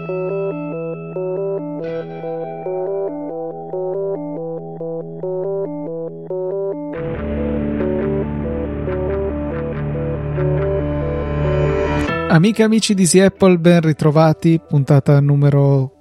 Amiche e amici di Easy Apple, ben ritrovati, puntata numero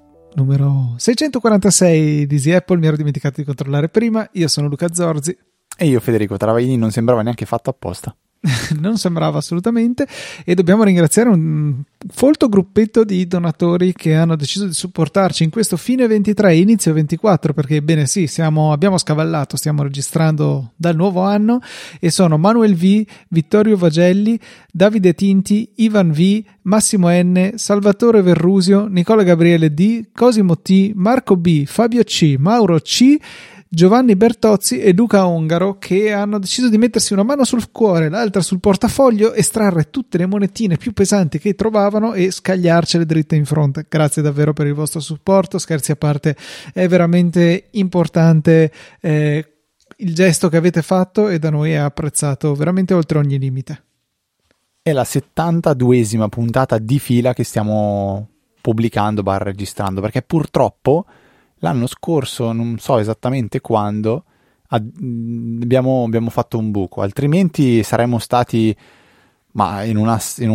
646 di Easy Apple. Mi ero dimenticato di controllare prima. Io sono Luca Zorzi. E io Federico Travaini. Non sembrava neanche fatto apposta. Non sembrava assolutamente, e dobbiamo ringraziare un folto gruppetto di donatori che hanno deciso di supportarci in questo fine 23 inizio 24, perché bene sì, abbiamo scavallato, stiamo registrando dal nuovo anno, e sono Manuel V, Vittorio Vagelli, Davide Tinti, Ivan V, Massimo N, Salvatore Verrusio, Nicola Gabriele D, Cosimo T, Marco B, Fabio C, Mauro C, Giovanni Bertozzi e Luca Ongaro, che hanno deciso di mettersi una mano sul cuore, l'altra sul portafoglio, estrarre tutte le monetine più pesanti che trovavano e scagliarcele dritte in fronte. Grazie davvero per il vostro supporto, scherzi a parte, è veramente importante il gesto che avete fatto, e da noi è apprezzato veramente oltre ogni limite. È la 72esima puntata di fila che stiamo pubblicando / registrando, perché purtroppo l'anno scorso, non so esattamente quando, abbiamo fatto un buco, altrimenti saremmo stati in una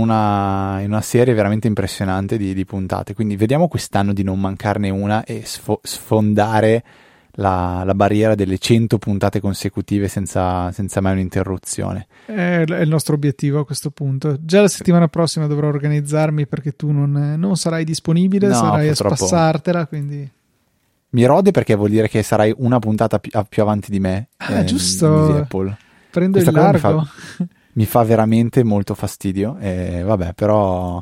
serie veramente impressionante di puntate. Quindi vediamo quest'anno di non mancarne una e sfondare la barriera delle 100 puntate consecutive senza mai un'interruzione. È il nostro obiettivo a questo punto. Già la settimana prossima dovrò organizzarmi, perché tu non sarai disponibile, no, sarai purtroppo a spassartela, quindi... Mi rode, perché vuol dire che sarai una puntata più avanti di me. Giusto. Di Apple. Prendo Questa il largo. Mi fa veramente molto fastidio. Vabbè, però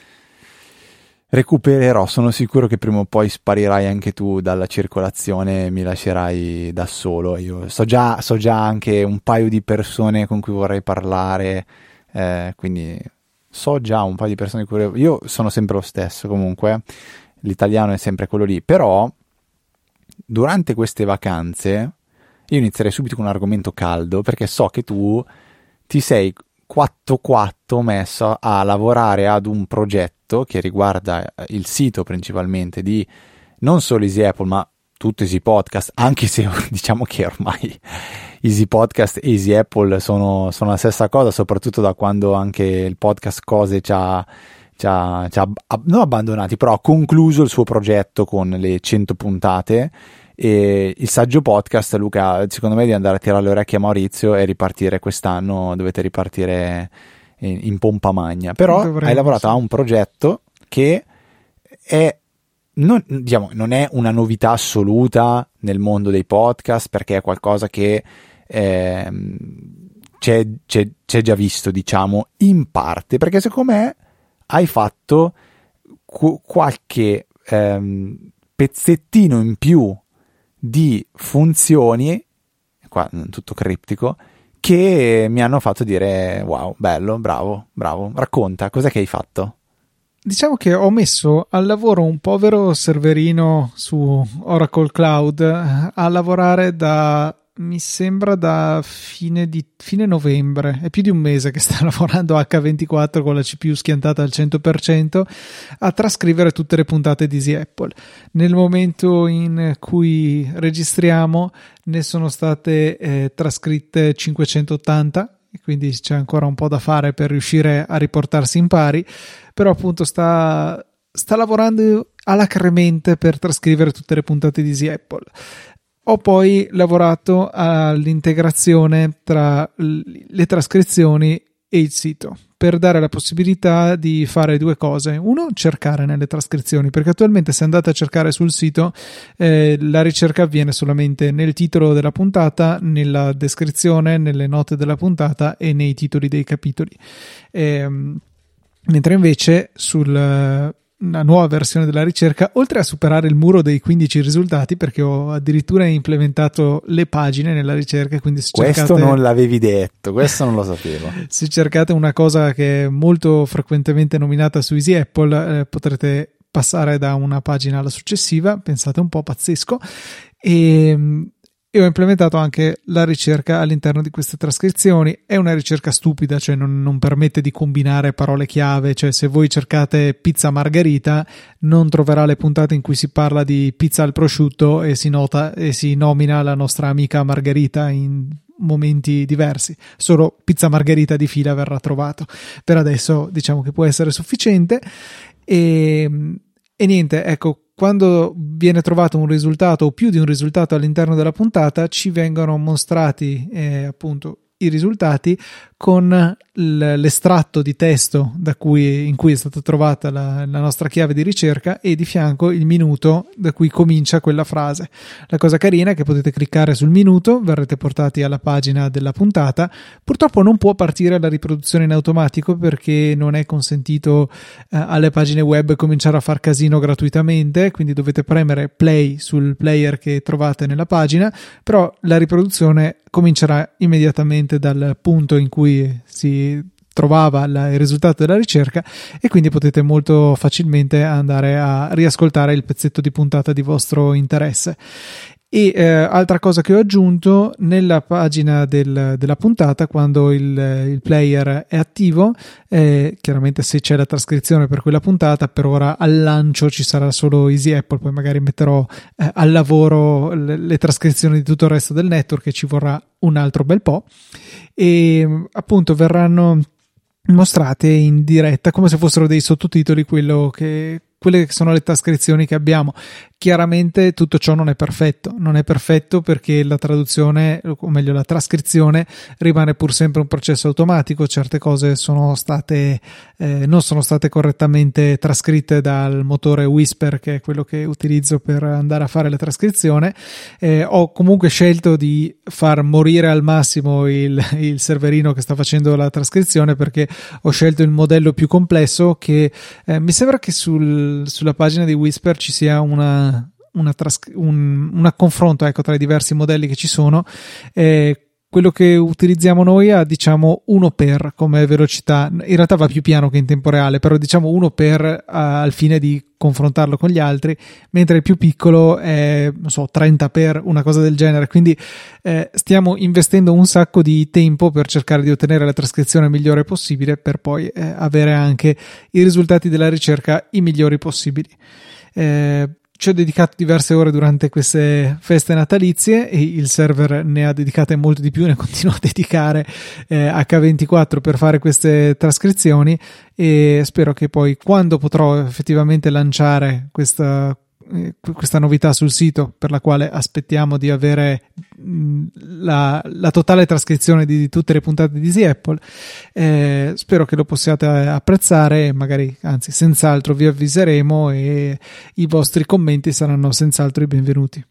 recupererò. Sono sicuro che prima o poi sparirai anche tu dalla circolazione e mi lascerai da solo. Io so già anche un paio di persone con cui vorrei parlare. Quindi so già un paio di persone con cui... Io sono sempre lo stesso comunque. L'italiano è sempre quello lì. Però durante queste vacanze io inizierei subito con un argomento caldo, perché so che tu ti sei quatto messo a lavorare ad un progetto che riguarda il sito principalmente di non solo Easy Apple ma tutto Easy Podcast, anche se diciamo che ormai Easy Podcast e Easy Apple sono la stessa cosa, soprattutto da quando anche il podcast Cose ci ha non abbandonati, però ha concluso il suo progetto con le 100 puntate. E il saggio podcast, Luca, secondo me devi andare a tirare le orecchie a Maurizio e ripartire quest'anno. Dovete ripartire in pompa magna. Però hai lavorato a un progetto che non è una novità assoluta nel mondo dei podcast, perché è qualcosa che c'è già visto, diciamo, in parte, perché secondo me hai fatto qualche pezzettino in più di funzioni, qua tutto criptico, che mi hanno fatto dire wow, bello, bravo, racconta, cos'è che hai fatto? Diciamo che ho messo al lavoro un povero serverino su Oracle Cloud a lavorare mi sembra da fine novembre. È più di un mese che sta lavorando H24 con la CPU schiantata al 100% a trascrivere tutte le puntate di Easy Apple. Nel momento in cui registriamo ne sono state trascritte 580, e quindi c'è ancora un po' da fare per riuscire a riportarsi in pari, però appunto sta lavorando alacremente per trascrivere tutte le puntate di Easy Apple. Ho poi lavorato all'integrazione tra le trascrizioni e il sito, per dare la possibilità di fare due cose. Uno, cercare nelle trascrizioni, perché attualmente se andate a cercare sul sito la ricerca avviene solamente nel titolo della puntata, nella descrizione, nelle note della puntata e nei titoli dei capitoli, mentre invece una nuova versione della ricerca, oltre a superare il muro dei 15 risultati, perché ho addirittura implementato le pagine nella ricerca, quindi se questo non l'avevi detto, questo non lo sapevo. Se cercate una cosa che è molto frequentemente nominata su Easy Apple, potrete passare da una pagina alla successiva, pensate un po', pazzesco. E e ho implementato anche la ricerca all'interno di queste trascrizioni. È una ricerca stupida, cioè non permette di combinare parole chiave, cioè se voi cercate pizza margherita non troverà le puntate in cui si parla di pizza al prosciutto e si nomina la nostra amica Margherita in momenti diversi. Solo pizza margherita di fila verrà trovato. Per adesso diciamo che può essere sufficiente. E niente, ecco, quando viene trovato un risultato o più di un risultato all'interno della puntata, ci vengono mostrati appunto i risultati con l'estratto di testo in cui è stata trovata la nostra chiave di ricerca, e di fianco il minuto da cui comincia quella frase. La cosa carina è che potete cliccare sul minuto, verrete portati alla pagina della puntata. Purtroppo non può partire la riproduzione in automatico perché non è consentito alle pagine web cominciare a far casino gratuitamente, quindi dovete premere play sul player che trovate nella pagina, però la riproduzione comincerà immediatamente dal punto in cui si trovava il risultato della ricerca, e quindi potete molto facilmente andare a riascoltare il pezzetto di puntata di vostro interesse. E altra cosa che ho aggiunto nella pagina della puntata, quando il player è attivo, chiaramente se c'è la trascrizione per quella puntata, per ora al lancio ci sarà solo Easy Apple, poi magari metterò al lavoro le trascrizioni di tutto il resto del network, e ci vorrà un altro bel po', e appunto verranno mostrate in diretta come se fossero dei sottotitoli quelle che sono le trascrizioni che abbiamo. Chiaramente tutto ciò non è perfetto perché la traduzione, o meglio la trascrizione, rimane pur sempre un processo automatico. Certe cose non sono state correttamente trascritte dal motore Whisper, che è quello che utilizzo per andare a fare la trascrizione. Ho comunque scelto di far morire al massimo il serverino che sta facendo la trascrizione, perché ho scelto il modello più complesso, che mi sembra che sulla pagina di Whisper ci sia un confronto, ecco, tra i diversi modelli che ci sono. Quello che utilizziamo noi ha, diciamo, 1x come velocità. In realtà va più piano che in tempo reale, però diciamo 1x al fine di confrontarlo con gli altri, mentre il più piccolo è, non so, 30x, una cosa del genere. Quindi stiamo investendo un sacco di tempo per cercare di ottenere la trascrizione migliore possibile, per poi avere anche i risultati della ricerca i migliori possibili. Ci ho dedicato diverse ore durante queste feste natalizie, e il server ne ha dedicate molto di più, ne continua a dedicare H24 per fare queste trascrizioni, e spero che poi, quando potrò effettivamente lanciare questa novità sul sito, per la quale aspettiamo di avere la totale trascrizione di tutte le puntate di Easy Apple, spero che lo possiate apprezzare, e magari, anzi senz'altro vi avviseremo, e i vostri commenti saranno senz'altro i benvenuti.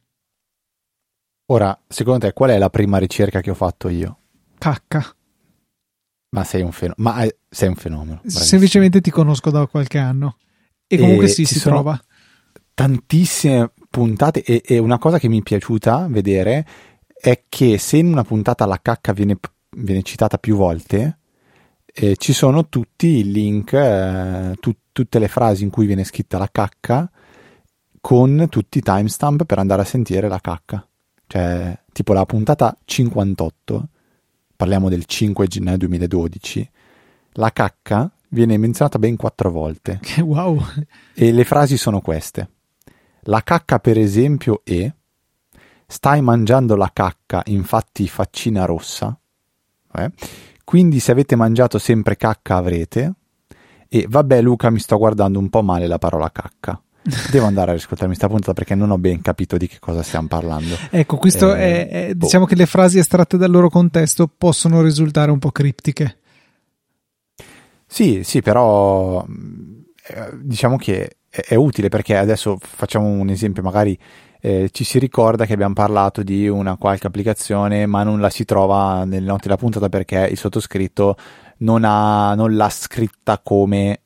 Ora, secondo te qual è la prima ricerca che ho fatto io? Cacca. Ma sei un fenomeno, bravissimo. Semplicemente ti conosco da qualche anno, e comunque si trova tantissime puntate, e una cosa che mi è piaciuta vedere è che se in una puntata la cacca viene citata più volte, ci sono tutti i link, tutte le frasi in cui viene scritta la cacca, con tutti i timestamp per andare a sentire la cacca. Cioè, tipo la puntata 58, parliamo del 5 gennaio 2012, la cacca viene menzionata ben 4 volte. Wow! E le frasi sono queste. La cacca, per esempio, è: stai mangiando la cacca, infatti faccina rossa. Quindi se avete mangiato sempre cacca avrete. E vabbè Luca, mi sto guardando un po' male la parola cacca. Devo andare a riscoltarmi sta puntata perché non ho ben capito di che cosa stiamo parlando. Ecco, questo diciamo che le frasi estratte dal loro contesto possono risultare un po' criptiche. Sì, però diciamo che è utile, perché adesso facciamo un esempio, magari ci si ricorda che abbiamo parlato di una qualche applicazione, ma non la si trova nelle note della puntata perché il sottoscritto non l'ha scritta come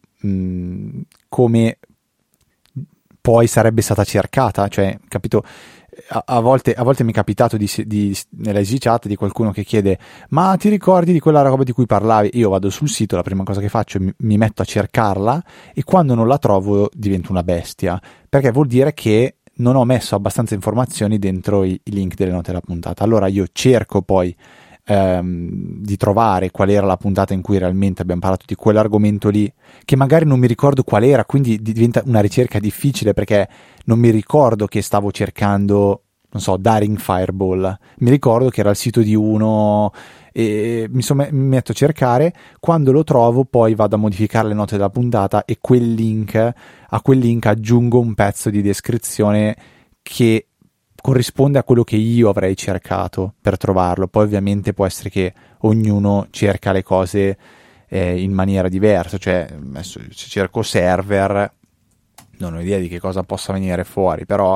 poi sarebbe stata cercata, cioè, capito? A volte mi è capitato nella Easy Chat di qualcuno che chiede: ma ti ricordi di quella roba di cui parlavi? Io vado sul sito, la prima cosa che faccio mi metto a cercarla, e quando non la trovo divento una bestia, perché vuol dire che non ho messo abbastanza informazioni dentro i link delle note della puntata. Allora io cerco poi di trovare qual era la puntata in cui realmente abbiamo parlato di quell'argomento lì, che magari non mi ricordo qual era, quindi diventa una ricerca difficile perché non mi ricordo che stavo cercando, non so, Daring Fireball, mi ricordo che era il sito di uno e mi metto a cercare. Quando lo trovo poi vado a modificare le note della puntata e a quel link aggiungo un pezzo di descrizione che corrisponde a quello che io avrei cercato per trovarlo. Poi ovviamente può essere che ognuno cerca le cose in maniera diversa, cioè adesso se cerco server non ho idea di che cosa possa venire fuori, però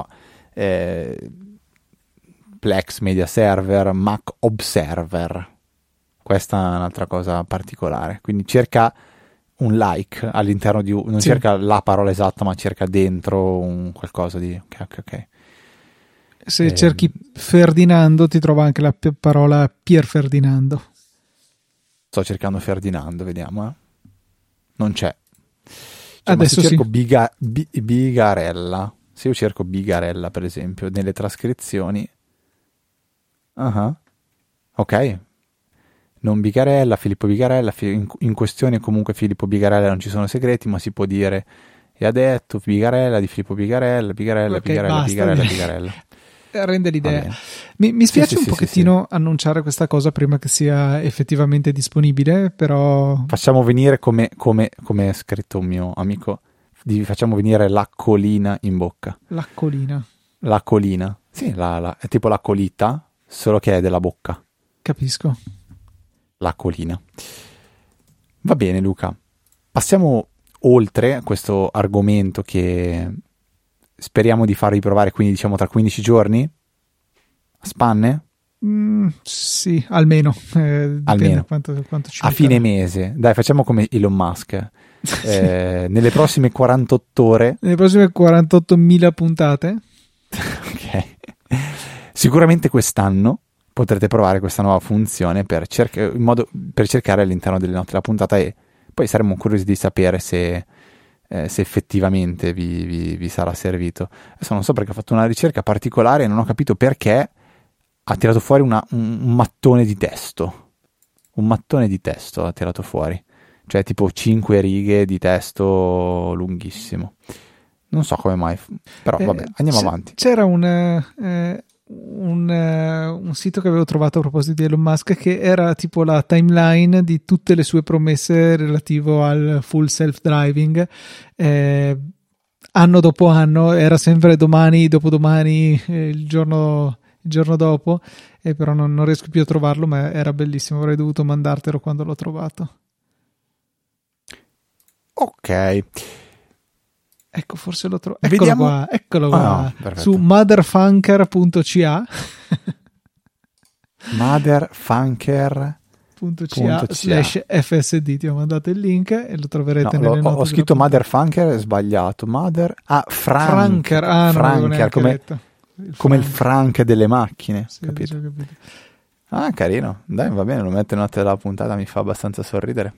Plex Media Server, Mac Observer, questa è un'altra cosa particolare, quindi cerca un like all'interno di non Sì. cerca la parola esatta, ma cerca dentro un qualcosa di ok. Se cerchi Ferdinando ti trova anche la parola Pier Ferdinando. Sto cercando Ferdinando, vediamo. Non c'è. Adesso se cerco sì. Bigarella, se io cerco Bigarella per esempio nelle trascrizioni, ok, non Bigarella, Filippo Bigarella, in questione comunque Filippo Bigarella, non ci sono segreti, ma si può dire e ha detto Bigarella di Filippo Bigarella, Ok, Bigarella, basta. Bigarella. Rende l'idea. Mi spiace sì, un pochettino annunciare questa cosa prima che sia effettivamente disponibile, però facciamo venire come è scritto un mio amico, facciamo venire la colina in bocca. la colina. La colina, sì, è tipo la colita, solo che è della bocca. Capisco. La colina. Va bene Luca, passiamo oltre questo argomento che speriamo di farvi provare, quindi diciamo tra 15 giorni? A spanne? Sì, almeno. Dipende Almeno. quanto ci A metterà. fine mese. Dai, facciamo come Elon Musk. Nelle prossime 48 ore. Nelle prossime 48.000 puntate. Ok. Sicuramente quest'anno potrete provare questa nuova funzione per cercare all'interno delle note della puntata, e poi saremo curiosi di sapere se effettivamente vi sarà servito. Adesso non so perché ho fatto una ricerca particolare e non ho capito perché ha tirato fuori un mattone di testo. Un mattone di testo ha tirato fuori. Cioè tipo 5 righe di testo lunghissimo. Non so come mai, però vabbè, andiamo avanti. C'era un sito che avevo trovato a proposito di Elon Musk, che era tipo la timeline di tutte le sue promesse relativo al full self-driving. Anno dopo anno, era sempre domani, dopodomani, il giorno dopo, però non riesco più a trovarlo, ma era bellissimo, avrei dovuto mandartelo quando l'ho trovato. Ok. Ecco, forse lo trovo. Vediamo. Eccolo qua. No, su motherfunker.ca motherfunker.ca/fsd. Ti ho mandato il link e lo troverete nelle note. Ho scritto Motherfunker, è sbagliato. Franker. Franker, come il Frank delle macchine. Sì, capito? capito. Carino. Dai, va bene, lo metto in notte della puntata, mi fa abbastanza sorridere.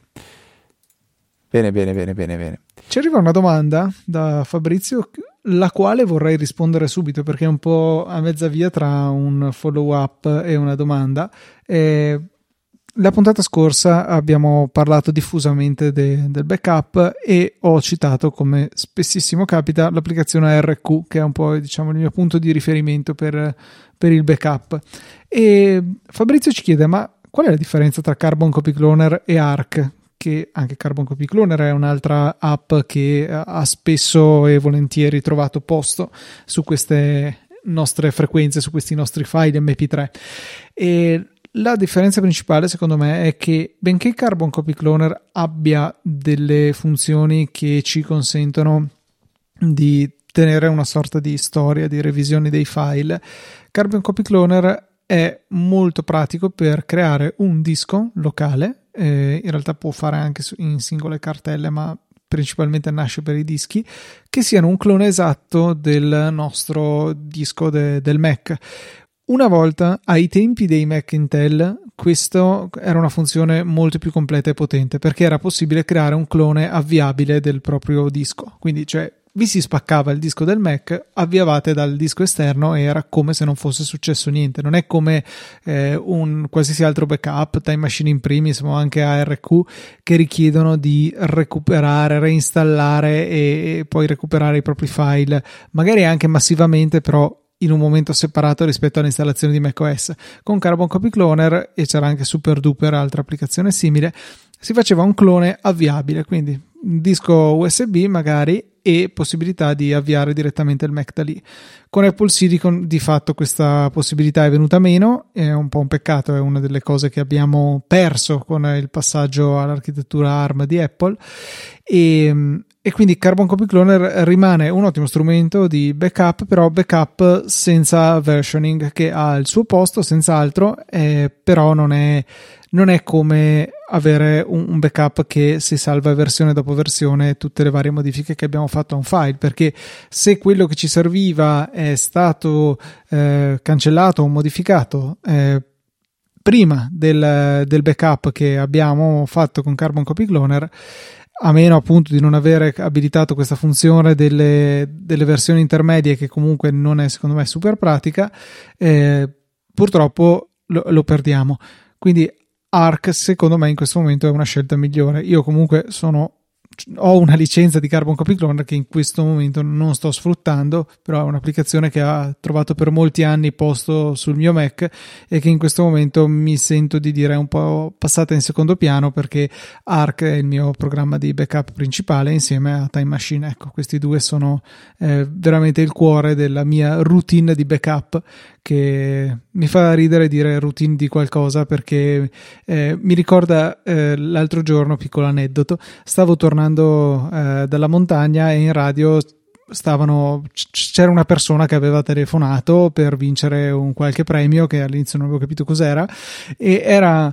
Bene. Ci arriva una domanda da Fabrizio, la quale vorrei rispondere subito perché è un po' a mezza via tra un follow up e una domanda. La puntata scorsa abbiamo parlato diffusamente del backup e ho citato, come spessissimo capita, l'applicazione RQ, che è un po', diciamo, il mio punto di riferimento per il backup. E Fabrizio ci chiede: ma qual è la differenza tra Carbon Copy Cloner e Arc? Che anche Carbon Copy Cloner è un'altra app che ha spesso e volentieri trovato posto su queste nostre frequenze, su questi nostri file MP3. E la differenza principale, secondo me, è che benché Carbon Copy Cloner abbia delle funzioni che ci consentono di tenere una sorta di storia, di revisione dei file, Carbon Copy Cloner è molto pratico per creare un disco locale. In realtà può fare anche in singole cartelle, ma principalmente nasce per i dischi, che siano un clone esatto del nostro disco del Mac. Una volta, ai tempi dei Mac Intel, questo era una funzione molto più completa e potente, perché era possibile creare un clone avviabile del proprio disco. Quindi, cioè, vi si spaccava il disco del Mac, avviavate dal disco esterno e era come se non fosse successo niente. Non è come un qualsiasi altro backup, Time Machine in primis, ma anche ARQ, che richiedono di recuperare, reinstallare e poi recuperare i propri file, magari anche massivamente, però in un momento separato rispetto all'installazione di macOS. Con Carbon Copy Cloner, e c'era anche SuperDuper, altra applicazione simile, si faceva un clone avviabile, quindi un disco USB magari, e possibilità di avviare direttamente il Mac da lì. Con Apple Silicon di fatto questa possibilità è venuta meno, è un po' un peccato, è una delle cose che abbiamo perso con il passaggio all'architettura ARM di Apple, e quindi Carbon Copy Cloner rimane un ottimo strumento di backup, però backup senza versioning, che ha il suo posto senz'altro, però non è come avere un backup che si salva versione dopo versione tutte le varie modifiche che abbiamo fatto a un file, perché se quello che ci serviva è stato cancellato o modificato prima del backup che abbiamo fatto con Carbon Copy Cloner, a meno appunto di non avere abilitato questa funzione delle versioni intermedie, che comunque non è secondo me super pratica, purtroppo lo perdiamo. Quindi Arc secondo me in questo momento è una scelta migliore. Io comunque ho una licenza di Carbon Copy Cloner che in questo momento non sto sfruttando, però è un'applicazione che ha trovato per molti anni posto sul mio Mac e che in questo momento mi sento di dire è un po' passata in secondo piano, perché Arc è il mio programma di backup principale insieme a Time Machine. Ecco, questi due sono veramente il cuore della mia routine di backup, che mi fa ridere dire routine di qualcosa, perché mi ricorda l'altro giorno, piccolo aneddoto, stavo tornando dalla montagna e in radio c'era una persona che aveva telefonato per vincere un qualche premio che all'inizio non avevo capito cos'era, e era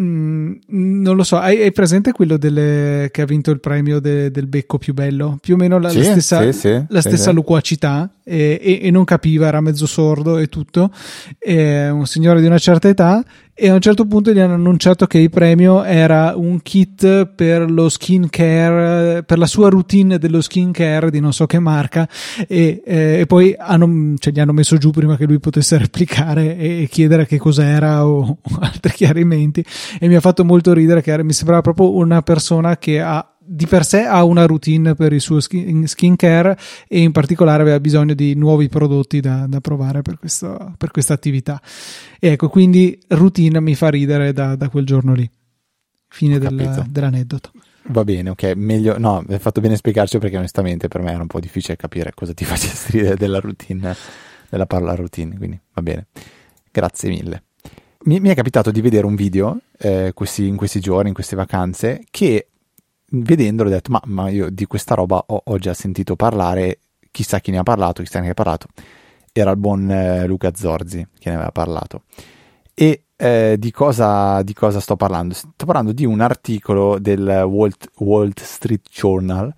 non lo so, hai presente quello che ha vinto il premio del becco più bello? Più o meno la stessa loquacità, e non capiva, era mezzo sordo e tutto, un signore di una certa età, e a un certo punto gli hanno annunciato che il premio era un kit per lo skin care, per la sua routine dello skin care di non so che marca, e poi gli hanno messo giù prima che lui potesse replicare e chiedere che cos'era o altri chiarimenti, e mi ha fatto molto ridere, che mi sembrava proprio una persona che di per sé ha una routine per il suo skin care, e in particolare aveva bisogno di nuovi prodotti da provare per questa attività. E ecco, quindi routine mi fa ridere da quel giorno lì. Fine dell'aneddoto. Va bene, ok, meglio, no, hai fatto bene a spiegarci, perché onestamente per me era un po' difficile capire cosa ti facesse ridere della routine, della parola routine, quindi va bene, grazie mille. Mi è capitato di vedere un video in questi giorni, in queste vacanze, che vedendolo ho detto ma io di questa roba ho già sentito parlare, chissà chi ne ha parlato, era il buon Luca Zorzi che ne aveva parlato. E di cosa sto parlando? Sto parlando di un articolo del Wall Street Journal,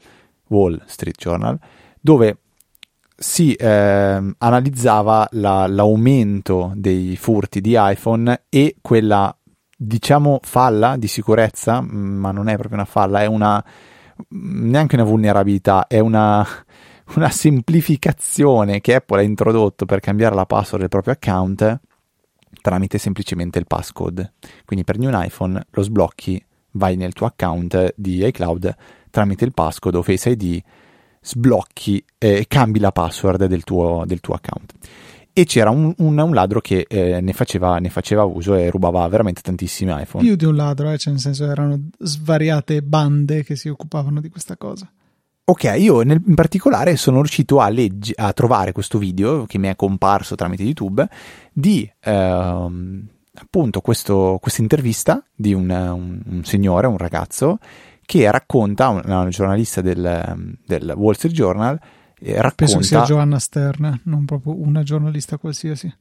dove si analizzava l'aumento dei furti di iPhone e quella, diciamo, falla di sicurezza, ma non è proprio una falla, è neanche una vulnerabilità, è una semplificazione che Apple ha introdotto per cambiare la password del proprio account tramite semplicemente il passcode. Quindi prendi un iPhone, lo sblocchi, vai nel tuo account di iCloud, tramite il passcode o Face ID sblocchi e cambi la password del tuo account. E c'era un ladro che ne faceva uso e rubava veramente tantissimi iPhone. Più di un ladro, cioè nel senso erano svariate bande che si occupavano di questa cosa. Ok, io in particolare sono riuscito a trovare questo video che mi è comparso tramite YouTube di appunto questa intervista di un signore, un ragazzo, che racconta, una giornalista del Wall Street Journal, penso sia Joanna Stern, non proprio una giornalista qualsiasi.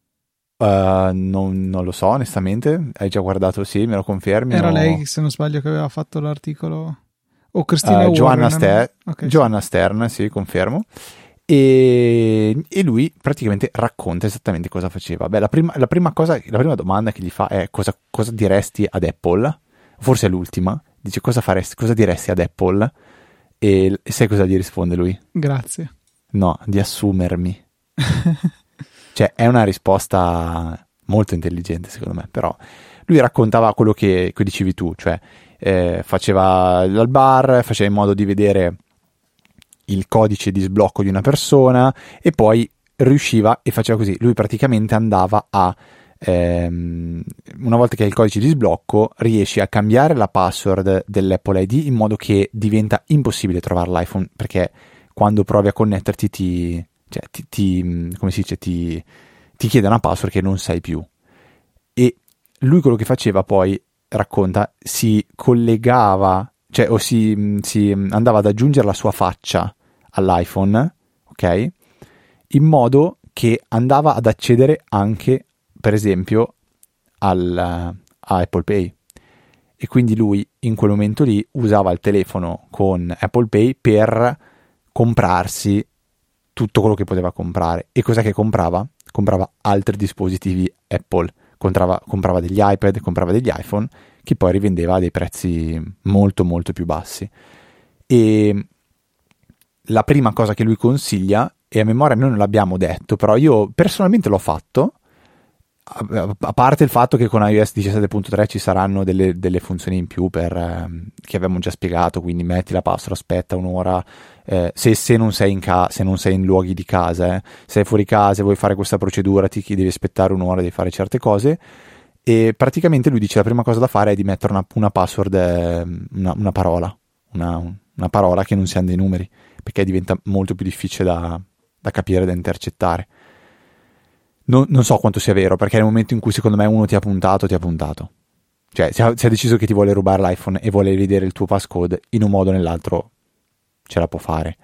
Non lo so onestamente, hai già guardato? Sì, me lo confermi? Era lei, se non sbaglio, che aveva fatto l'articolo, o Cristina Joanna Warren, okay, Joanna Stern, sì, confermo. E lui praticamente racconta esattamente cosa faceva. Beh, la prima domanda che gli fa è cosa diresti ad Apple, forse è l'ultima. Dice cosa diresti ad Apple, E sai cosa gli risponde lui? Grazie. No, di assumermi. Cioè, è una risposta molto intelligente, secondo me, però lui raccontava quello che dicevi tu, cioè faceva al bar, faceva in modo di vedere il codice di sblocco di una persona e poi riusciva e faceva così. Lui praticamente andava a una volta che hai il codice di sblocco riesci a cambiare la password dell'Apple ID in modo che diventa impossibile trovare l'iPhone, perché quando provi a connetterti come si dice, ti chiede una password che non sai più. E lui quello che faceva poi, racconta, si collegava, cioè o si andava ad aggiungere la sua faccia all'iPhone, ok? In modo che andava ad accedere anche, per esempio, a Apple Pay. E quindi lui in quel momento lì usava il telefono con Apple Pay per comprarsi tutto quello che poteva comprare. E cos'è che comprava? Comprava altri dispositivi Apple, comprava degli iPad, comprava degli iPhone, che poi rivendeva a dei prezzi molto molto più bassi. E la prima cosa che lui consiglia, e a memoria noi non l'abbiamo detto, però io personalmente l'ho fatto, a parte il fatto che con iOS 17.3 ci saranno delle funzioni in più che abbiamo già spiegato, quindi metti la password, aspetta un'ora, se non sei se non sei in luoghi di casa, se sei fuori casa e vuoi fare questa procedura devi aspettare un'ora, devi fare certe cose. E praticamente lui dice la prima cosa da fare è di mettere una password, una parola, una parola che non siano dei numeri, perché diventa molto più difficile da capire, da intercettare. Non so quanto sia vero, perché nel momento in cui secondo me uno ti ha puntato. Cioè, se ha deciso che ti vuole rubare l'iPhone e vuole rivedere il tuo passcode, in un modo o nell'altro ce la può fare.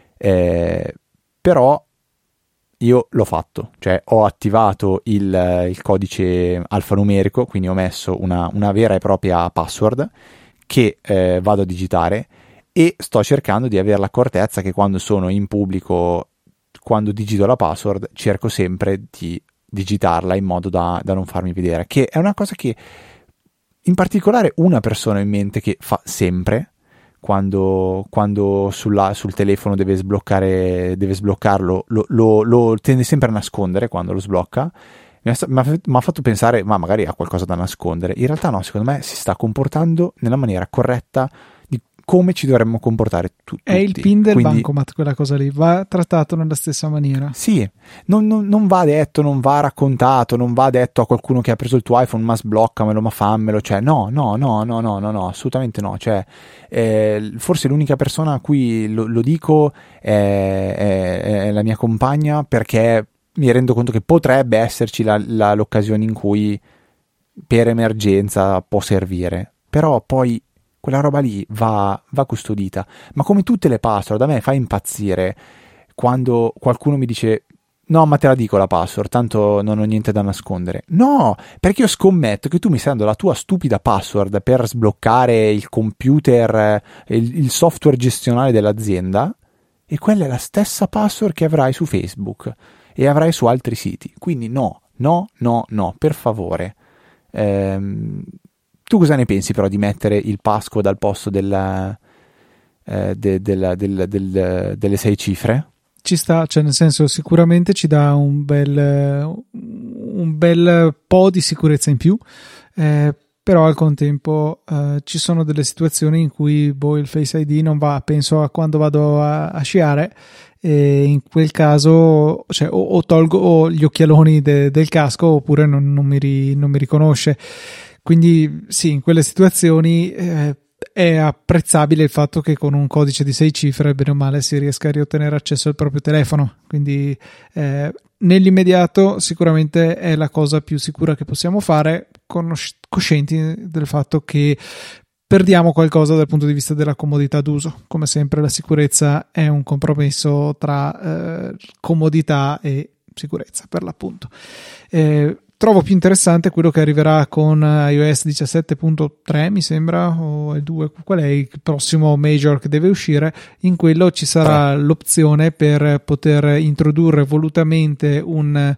Però io l'ho fatto, cioè ho attivato il codice alfanumerico, quindi ho messo una vera e propria password che vado a digitare e sto cercando di avere l'accortezza che quando sono in pubblico, quando digito la password, cerco sempre di digitarla in modo da non farmi vedere, che è una cosa che in particolare una persona ho in mente che fa sempre quando sul telefono deve sbloccarlo, lo tende sempre a nascondere quando lo sblocca. Mi ha fatto pensare, ma magari ha qualcosa da nascondere. In realtà no, secondo me si sta comportando nella maniera corretta di come ci dovremmo comportare tutti. È il PIN del bancomat, quella cosa lì, va trattato nella stessa maniera. Sì, non va detto, non va raccontato, non va detto a qualcuno che ha preso il tuo iPhone, ma sbloccamelo, ma fammelo, cioè no, assolutamente no. Cioè, forse l'unica persona a cui lo dico è la mia compagna, perché mi rendo conto che potrebbe esserci l'occasione in cui per emergenza può servire, però poi quella roba lì va custodita. Ma come tutte le password, a me fa impazzire quando qualcuno mi dice no, ma te la dico la password, tanto non ho niente da nascondere. No, perché io scommetto che tu mi stai dando la tua stupida password per sbloccare il computer, il software gestionale dell'azienda, e quella è la stessa password che avrai su Facebook e avrai su altri siti. Quindi no, per favore. Tu cosa ne pensi però di mettere il passcode al posto delle 6 cifre? Ci sta, cioè nel senso sicuramente ci dà un bel po' di sicurezza in più, però al contempo ci sono delle situazioni in cui il Face ID non va. Penso a quando vado a sciare, e in quel caso cioè, o tolgo gli occhialoni del casco oppure non mi riconosce. Quindi sì, in quelle situazioni è apprezzabile il fatto che con un codice di 6 cifre bene o male si riesca a riottenere accesso al proprio telefono. Quindi nell'immediato sicuramente è la cosa più sicura che possiamo fare, coscienti del fatto che perdiamo qualcosa dal punto di vista della comodità d'uso. Come sempre la sicurezza è un compromesso tra comodità e sicurezza, per l'appunto. Trovo più interessante quello che arriverà con iOS 17.3, mi sembra, o il 2, qual è il prossimo major che deve uscire. In quello ci sarà l'opzione per poter introdurre volutamente un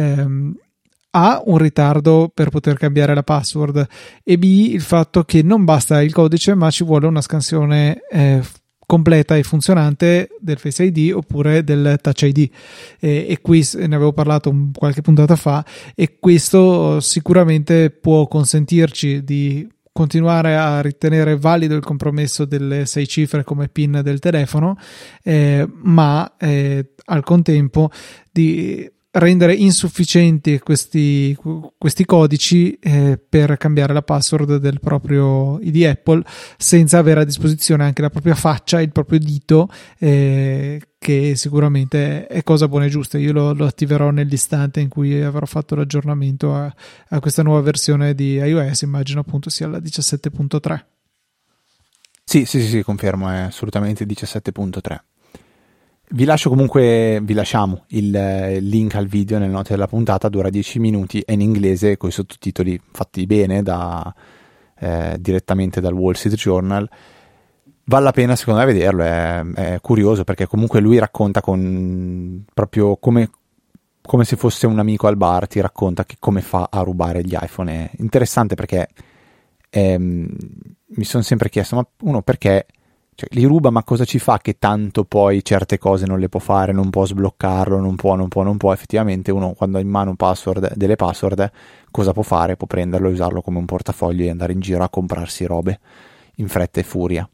ritardo per poter cambiare la password, e B, il fatto che non basta il codice ma ci vuole una scansione completa e funzionante del Face ID oppure del Touch ID, e qui ne avevo parlato qualche puntata fa, e questo sicuramente può consentirci di continuare a ritenere valido il compromesso delle 6 cifre come PIN del telefono, ma al contempo di rendere insufficienti questi codici per cambiare la password del proprio ID Apple, senza avere a disposizione anche la propria faccia, il proprio dito, che sicuramente è cosa buona e giusta. Io lo attiverò nell'istante in cui avrò fatto l'aggiornamento a questa nuova versione di iOS, immagino appunto sia la 17.3. Sì, confermo, è assolutamente 17.3. Vi lasciamo il link al video nelle note della puntata, dura 10 minuti, è in inglese con i sottotitoli fatti bene direttamente dal Wall Street Journal. Vale la pena secondo me vederlo, è curioso perché comunque lui racconta proprio come se fosse un amico al bar, ti racconta come fa a rubare gli iPhone. È interessante perché mi sono sempre chiesto, ma uno perché... Cioè, li ruba, ma cosa ci fa che tanto poi certe cose non le può fare, non può sbloccarlo, non può. Effettivamente uno quando ha in mano delle password, cosa può fare? Può prenderlo e usarlo come un portafoglio e andare in giro a comprarsi robe in fretta e furia.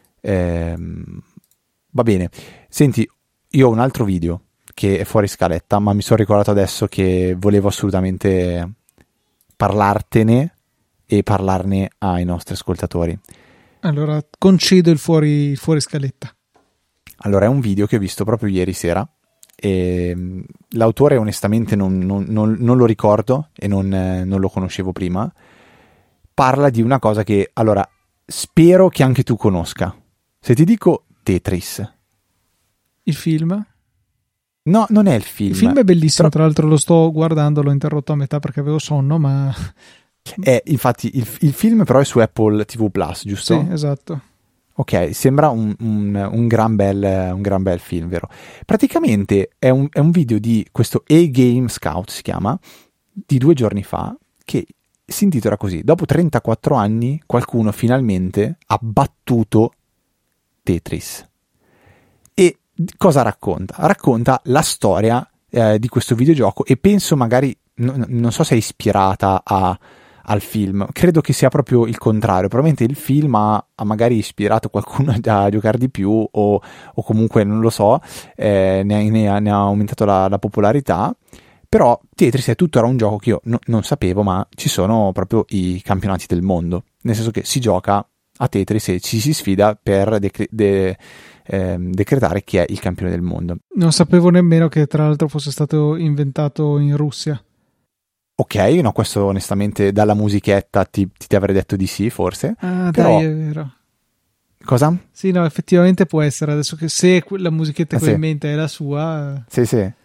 Va bene. Senti, io ho un altro video che è fuori scaletta, ma mi sono ricordato adesso che volevo assolutamente parlartene e parlarne ai nostri ascoltatori. Allora concedo il fuori scaletta. Allora, è un video che ho visto proprio ieri sera e l'autore onestamente non lo ricordo e non lo conoscevo prima. Parla di una cosa che, allora, spero che anche tu conosca. Se ti dico Tetris. Il film? No, non è il film. Il film è bellissimo, tra l'altro lo sto guardando, l'ho interrotto a metà perché avevo sonno, ma... Infatti il film però è su Apple TV Plus, giusto? Sì, esatto. Ok, sembra un gran bel film, vero? Praticamente è un video di questo A-Game Scout, si chiama, di 2 giorni fa, che si intitola così: dopo 34 anni qualcuno finalmente ha battuto Tetris. E cosa racconta? Racconta la storia di questo videogioco, e penso magari, non so se è ispirata al film, credo che sia proprio il contrario. Probabilmente il film ha magari ispirato qualcuno a giocare di più o comunque non lo so, ne ha aumentato la popolarità. Però Tetris è tuttora un gioco che io non sapevo, ma ci sono proprio i campionati del mondo, nel senso che si gioca a Tetris e ci si sfida per decretare chi è il campione del mondo. Non sapevo nemmeno che tra l'altro fosse stato inventato in Russia. Ok, no, questo onestamente dalla musichetta ti avrei detto di sì, forse. Ah, però... dai, è vero. Cosa? Sì, no, effettivamente può essere, adesso che se la musichetta che ho in mente è la sua... Sì.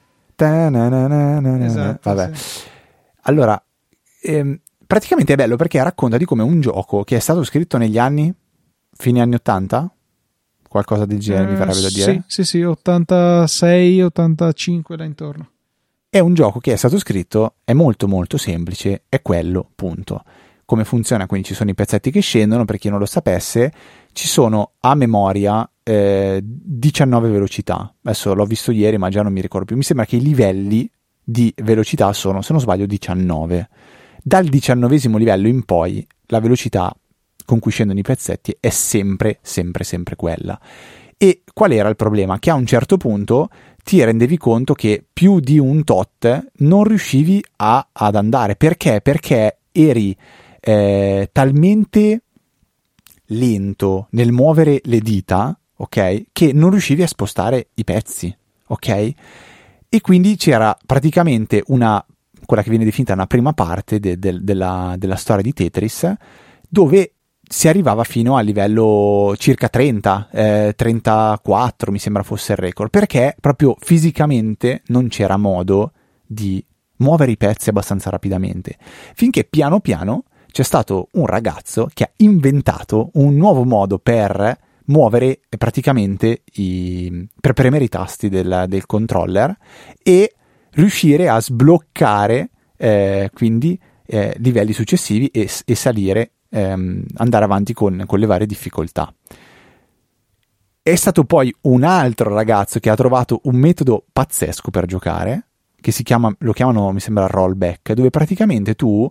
Esatto, vabbè. sì. Allora, praticamente è bello perché racconta di come un gioco che è stato scritto negli anni, fine anni 80, qualcosa del genere mi verrebbe da dire. Sì, 86, 85, là intorno. È un gioco che è stato scritto, è molto molto semplice, è quello, punto. Come funziona? Quindi ci sono i pezzetti che scendono, per chi non lo sapesse, ci sono a memoria 19 velocità. Adesso l'ho visto ieri, ma già non mi ricordo più. Mi sembra che i livelli di velocità sono, se non sbaglio, 19. Dal 19esimo livello in poi, la velocità con cui scendono i pezzetti è sempre quella. E qual era il problema? Che a un certo punto ti rendevi conto che più di un tot non riuscivi ad andare. Perché? Perché eri talmente lento nel muovere le dita, ok? Che non riuscivi a spostare i pezzi, ok? E quindi c'era praticamente quella che viene definita una prima parte della storia di Tetris, dove si arrivava fino al livello circa 30, 34 mi sembra fosse il record, perché proprio fisicamente non c'era modo di muovere i pezzi abbastanza rapidamente, finché piano piano c'è stato un ragazzo che ha inventato un nuovo modo per muovere praticamente per premere i tasti del controller e riuscire a sbloccare quindi livelli successivi e salire, andare avanti con le varie difficoltà. È stato poi un altro ragazzo che ha trovato un metodo pazzesco per giocare, che lo chiamano, mi sembra, rollback, dove praticamente tu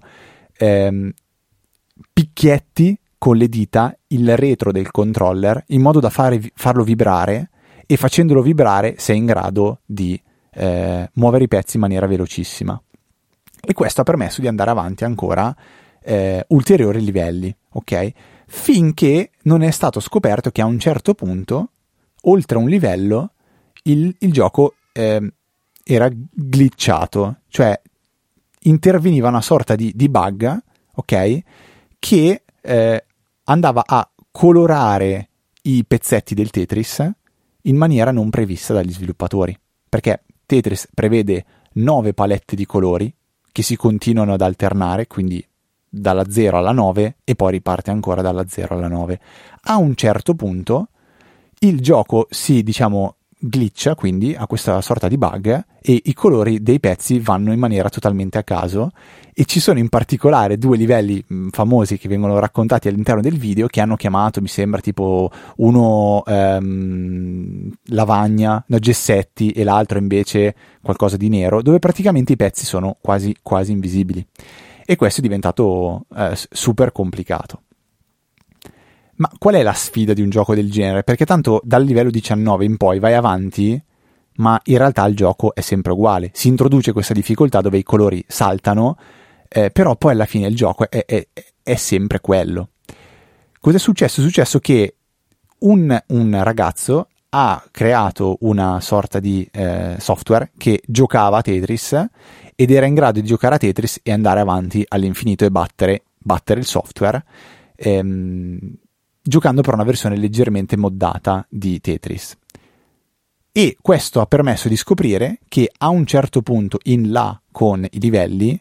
picchietti con le dita il retro del controller in modo da farlo vibrare, e facendolo vibrare sei in grado di muovere i pezzi in maniera velocissima. E questo ha permesso di andare avanti ancora ulteriori livelli, ok? Finché non è stato scoperto che a un certo punto, oltre un livello, il gioco era glitchato, cioè interveniva una sorta di bug, ok? Che andava a colorare i pezzetti del Tetris in maniera non prevista dagli sviluppatori, perché Tetris prevede 9 palette di colori che si continuano ad alternare, quindi dalla 0 alla 9, e poi riparte ancora dalla 0 alla 9. A un certo punto il gioco si, diciamo, glitcha, quindi ha questa sorta di bug, e i colori dei pezzi vanno in maniera totalmente a caso, e ci sono in particolare 2 livelli famosi che vengono raccontati all'interno del video, che hanno chiamato, mi sembra, tipo uno lavagna, no, gessetti, e l'altro invece qualcosa di nero, dove praticamente i pezzi sono quasi invisibili, e questo è diventato super complicato. Ma qual è la sfida di un gioco del genere? Perché tanto dal livello 19 in poi vai avanti, ma in realtà il gioco è sempre uguale. Si introduce questa difficoltà dove i colori saltano, però poi alla fine il gioco è sempre quello. Cosa è successo? È successo che un ragazzo ha creato una sorta di software che giocava a Tetris, ed era in grado di giocare a Tetris e andare avanti all'infinito e battere il software, giocando per una versione leggermente moddata di Tetris. E questo ha permesso di scoprire che a un certo punto in là con i livelli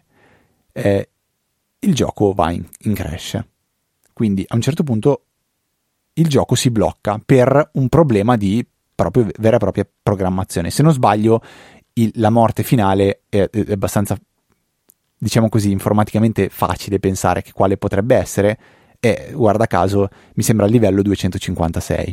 il gioco va in crash. Quindi a un certo punto il gioco si blocca per un problema di proprio vera e propria programmazione. Se non sbaglio, la morte finale è abbastanza, diciamo così, informaticamente facile pensare che quale potrebbe essere. E guarda caso mi sembra al livello 256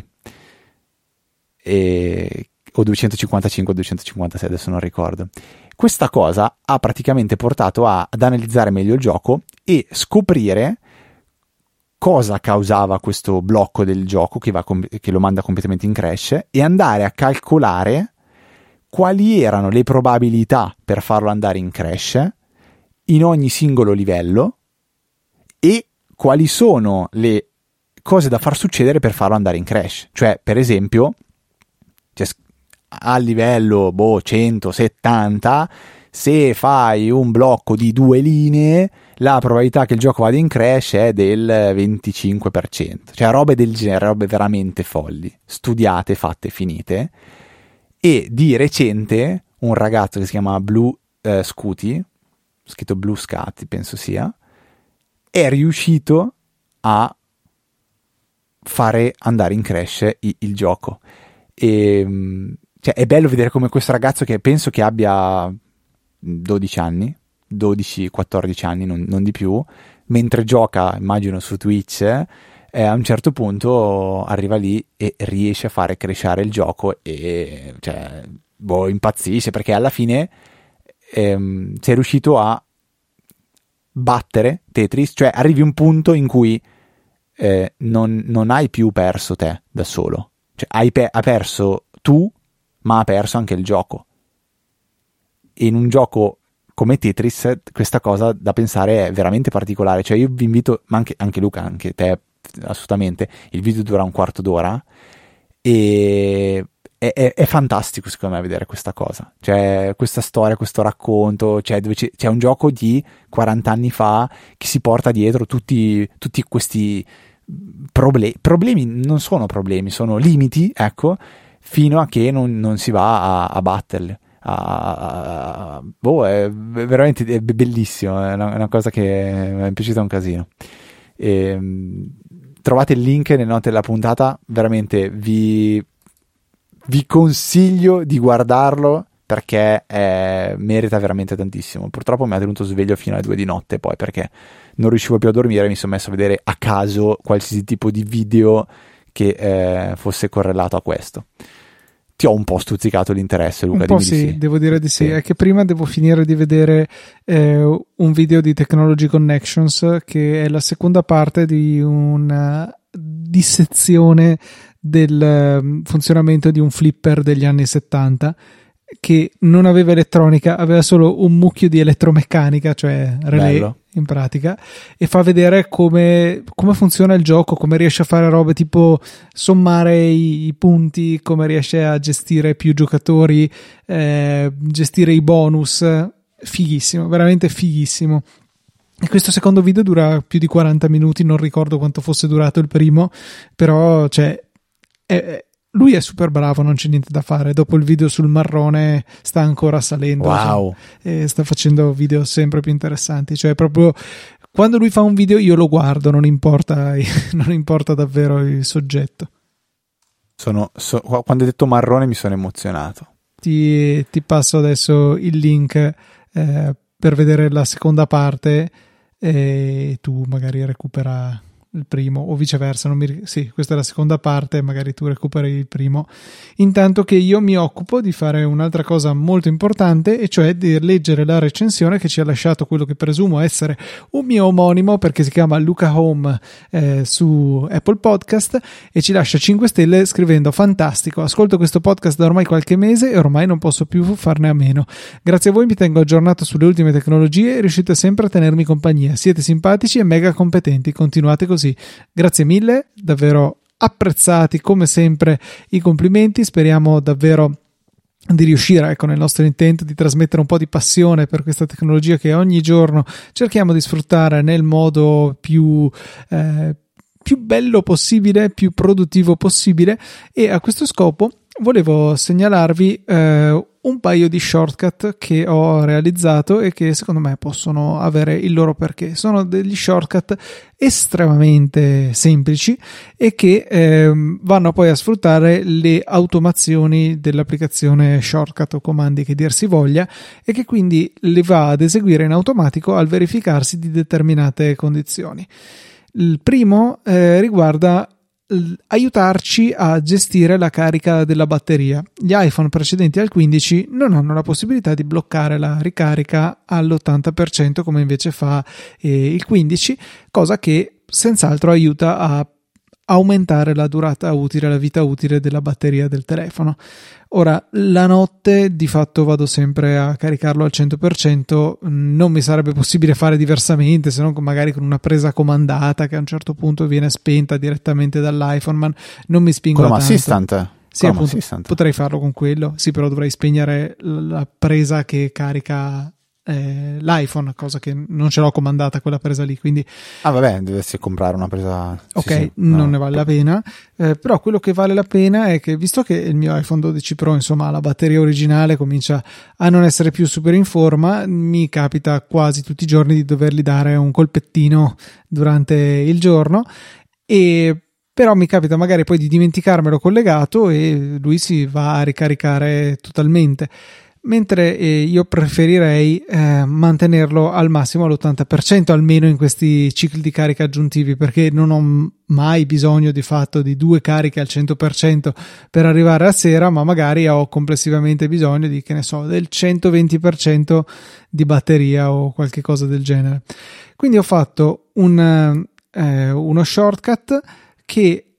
o 255 o 256, adesso non ricordo. Questa cosa ha praticamente portato ad analizzare meglio il gioco e scoprire cosa causava questo blocco del gioco che lo manda completamente in crash, e andare a calcolare quali erano le probabilità per farlo andare in crash in ogni singolo livello, e quali sono le cose da far succedere per farlo andare in crash. Cioè, per esempio, a livello 170, se fai un blocco di 2 linee, la probabilità che il gioco vada in crash è del 25%. Cioè, robe del genere, robe veramente folli, studiate, fatte, finite. E di recente un ragazzo che si chiama Blue Scuti, scritto Blue Scuti penso sia, è riuscito a fare andare in crash il gioco. E cioè, è bello vedere come questo ragazzo, che penso che abbia 12 anni, 12-14 anni, non di più, mentre gioca, immagino, su Twitch, a un certo punto arriva lì e riesce a fare crescere il gioco, e cioè, impazzisce, perché alla fine sei riuscito a battere Tetris, cioè arrivi a un punto in cui non hai più perso te da solo, cioè hai perso tu, ma ha perso anche il gioco. E in un gioco come Tetris questa cosa da pensare è veramente particolare. Cioè io vi invito, ma anche Luca, anche te assolutamente, il video dura un quarto d'ora e è fantastico secondo me vedere questa cosa, cioè questa storia, questo racconto, cioè dove c'è un gioco di 40 anni fa che si porta dietro tutti questi problemi, non sono problemi, sono limiti, ecco, fino a che non si va a batterli. È veramente bellissimo, è una cosa che mi è piaciuta un casino. Trovate il link nelle note della puntata, veramente vi consiglio di guardarlo, perché merita veramente tantissimo. Purtroppo mi ha tenuto sveglio fino alle 2 di notte poi, perché non riuscivo più a dormire, mi sono messo a vedere a caso qualsiasi tipo di video che fosse correlato a questo. Ti ho un po' stuzzicato l'interesse, Luca? Un po' Dimmi sì, di sì. devo dire di sì. È che prima devo finire di vedere un video di Technology Connections, che è la seconda parte di una dissezione del funzionamento di un flipper degli anni 70, che non aveva elettronica, aveva solo un mucchio di elettromeccanica, cioè relay. Bello. In pratica, e fa vedere come funziona il gioco, come riesce a fare robe tipo sommare i punti, come riesce a gestire più giocatori, gestire i bonus. Fighissimo, veramente fighissimo. E questo secondo video dura più di 40 minuti, non ricordo quanto fosse durato il primo, però cioè lui è super bravo, non c'è niente da fare. Dopo il video sul marrone sta ancora salendo. Wow. E sta facendo video sempre più interessanti. Cioè, proprio quando lui fa un video io lo guardo, non importa davvero il soggetto. Quando hai detto marrone mi sono emozionato. Ti passo adesso il link per vedere la seconda parte, e tu magari recupera il primo, o viceversa. Sì, questa è la seconda parte, magari tu recuperi il primo, intanto che io mi occupo di fare un'altra cosa molto importante, e cioè di leggere la recensione che ci ha lasciato quello che presumo essere un mio omonimo, perché si chiama Luca Home su Apple Podcast, e ci lascia 5 stelle scrivendo: fantastico, ascolto questo podcast da ormai qualche mese e ormai non posso più farne a meno. Grazie a voi mi tengo aggiornato sulle ultime tecnologie e riuscite sempre a tenermi compagnia. Siete simpatici e mega competenti, continuate così. Grazie mille, davvero apprezzati come sempre i complimenti. Speriamo davvero di riuscire, ecco, nel nostro intento di trasmettere un po' di passione per questa tecnologia che ogni giorno cerchiamo di sfruttare nel modo più bello possibile, più produttivo possibile. E a questo scopo volevo segnalarvi un paio di shortcut che ho realizzato e che secondo me possono avere il loro perché. Sono degli shortcut estremamente semplici e che vanno poi a sfruttare le automazioni dell'applicazione shortcut o comandi che dir si voglia, e che quindi le va ad eseguire in automatico al verificarsi di determinate condizioni. Il primo riguarda aiutarci a gestire la carica della batteria. Gli iPhone precedenti al 15 non hanno la possibilità di bloccare la ricarica all'80% come invece fa il 15, cosa che senz'altro aiuta a aumentare la durata utile, la vita utile della batteria del telefono. Ora, la notte di fatto vado sempre a caricarlo al 100%, non mi sarebbe possibile fare diversamente, se non magari con una presa comandata che a un certo punto viene spenta direttamente dall'iPhone, ma non mi spingo con tanto. Assistant? Sì, appunto, potrei farlo con quello, sì, però dovrei spegnere la presa che carica l'iPhone, cosa che non ce l'ho comandata quella presa lì, quindi vabbè, dovresti comprare una presa, ok, sì, non no, ne vale la pena, però quello che vale la pena è che, visto che il mio iPhone 12 Pro, insomma, la batteria originale comincia a non essere più super in forma, mi capita quasi tutti i giorni di dovergli dare un colpettino durante il giorno, e però mi capita magari poi di dimenticarmelo collegato e lui si va a ricaricare totalmente. Mentre io preferirei mantenerlo al massimo all'80%, almeno in questi cicli di carica aggiuntivi, perché non ho mai bisogno di fatto di 2 cariche al 100% per arrivare a sera, ma magari ho complessivamente bisogno di, che ne so, del 120% di batteria o qualche cosa del genere. Quindi ho fatto uno shortcut che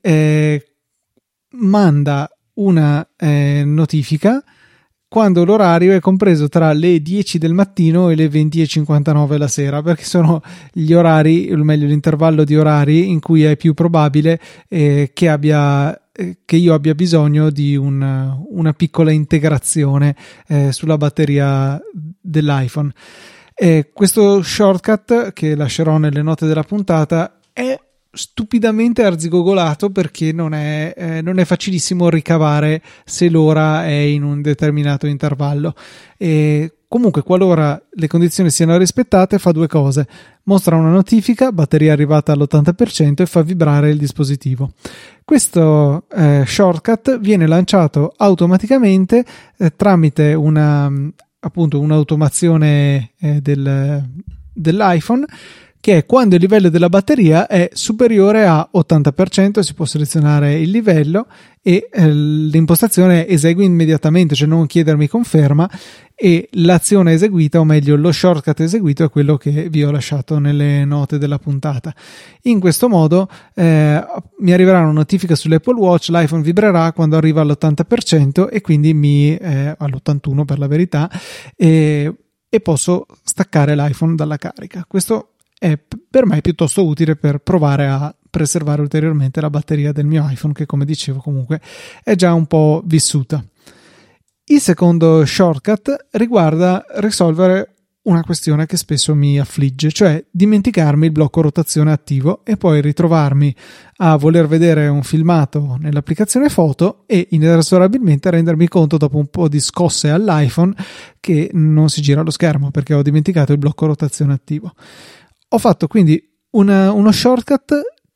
manda una notifica quando l'orario è compreso tra le 10 del mattino e le 20:59 la sera, perché sono gli orari, o meglio l'intervallo di orari in cui è più probabile che io abbia bisogno di una piccola integrazione sulla batteria dell'iPhone. Questo shortcut, che lascerò nelle note della puntata, è stupidamente arzigogolato, perché non è facilissimo ricavare se l'ora è in un determinato intervallo, e comunque, qualora le condizioni siano rispettate, fa 2 cose: mostra una notifica, batteria arrivata all'80%, e fa vibrare il dispositivo. Questo shortcut viene lanciato automaticamente tramite un'automazione dell'iPhone, che è quando il livello della batteria è superiore a 80%, si può selezionare il livello e l'impostazione esegue immediatamente, cioè non chiedermi conferma, e l'azione eseguita, o meglio lo shortcut eseguito, è quello che vi ho lasciato nelle note della puntata. In questo modo mi arriverà una notifica sull'Apple Watch, l'iPhone vibrerà quando arriva all'80% e quindi all'81% per la verità, e posso staccare l'iPhone dalla carica. Questo è per me piuttosto utile per provare a preservare ulteriormente la batteria del mio iPhone, che come dicevo comunque è già un po' vissuta. Il secondo shortcut riguarda risolvere una questione che spesso mi affligge, cioè dimenticarmi il blocco rotazione attivo e poi ritrovarmi a voler vedere un filmato nell'applicazione foto e inesorabilmente rendermi conto dopo un po' di scosse all'iPhone che non si gira lo schermo perché ho dimenticato il blocco rotazione attivo. Ho fatto quindi uno shortcut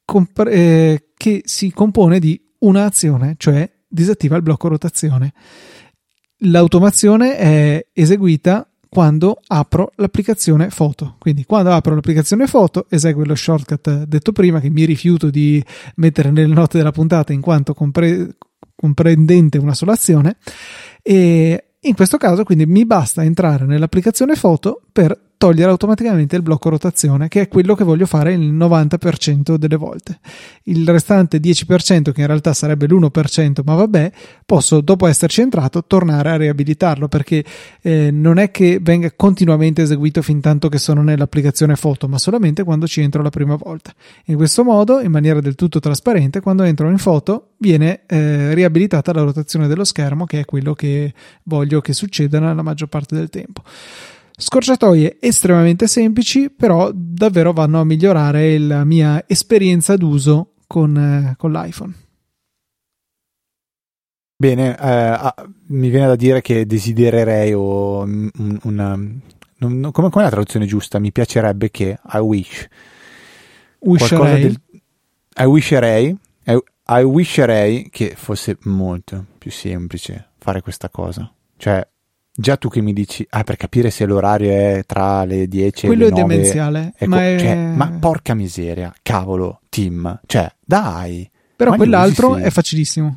che si compone di un'azione, cioè disattiva il blocco rotazione. L'automazione è eseguita quando apro l'applicazione foto, quindi quando apro l'applicazione foto esegue lo shortcut detto prima, che mi rifiuto di mettere nelle note della puntata in quanto comprendente una sola azione, e in questo caso quindi mi basta entrare nell'applicazione foto per togliere automaticamente il blocco rotazione, che è quello che voglio fare il 90% delle volte. Il restante 10%, che in realtà sarebbe l'1%, ma vabbè, posso, dopo esserci entrato, tornare a riabilitarlo, perché non è che venga continuamente eseguito fin tanto che sono nell'applicazione foto, ma solamente quando ci entro la prima volta. In questo modo, in maniera del tutto trasparente, quando entro in foto viene riabilitata la rotazione dello schermo, che è quello che voglio che succeda nella maggior parte del tempo. Scorciatoie estremamente semplici, però davvero vanno a migliorare la mia esperienza d'uso con l'iPhone. Bene, mi viene da dire che desidererei come è la traduzione giusta? Mi piacerebbe che I wisherei che fosse molto più semplice fare questa cosa. Cioè, già tu che mi dici, per capire se l'orario è tra le 10 quello e le 9. Quello è demenziale. Ma porca miseria, cavolo, Tim. Cioè, dai. Però quell'altro è facilissimo.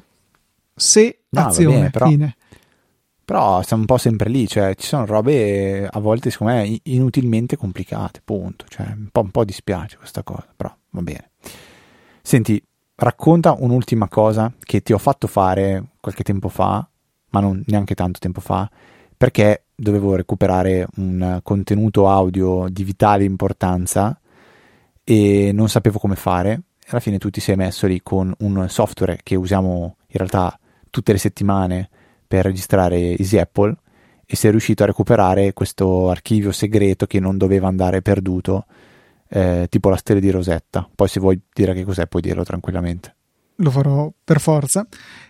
Azione, però, fine. Però siamo un po' sempre lì, cioè ci sono robe a volte secondo me inutilmente complicate, punto. Cioè, un po' dispiace questa cosa, però va bene. Senti, racconta un'ultima cosa che ti ho fatto fare qualche tempo fa, ma non neanche tanto tempo fa, perché dovevo recuperare un contenuto audio di vitale importanza e non sapevo come fare. Alla fine tu ti sei messo lì con un software che usiamo in realtà tutte le settimane per registrare Easy Apple, e sei riuscito a recuperare questo archivio segreto che non doveva andare perduto, tipo la stella di Rosetta. Poi se vuoi dire che cos'è puoi dirlo tranquillamente. Lo farò per forza.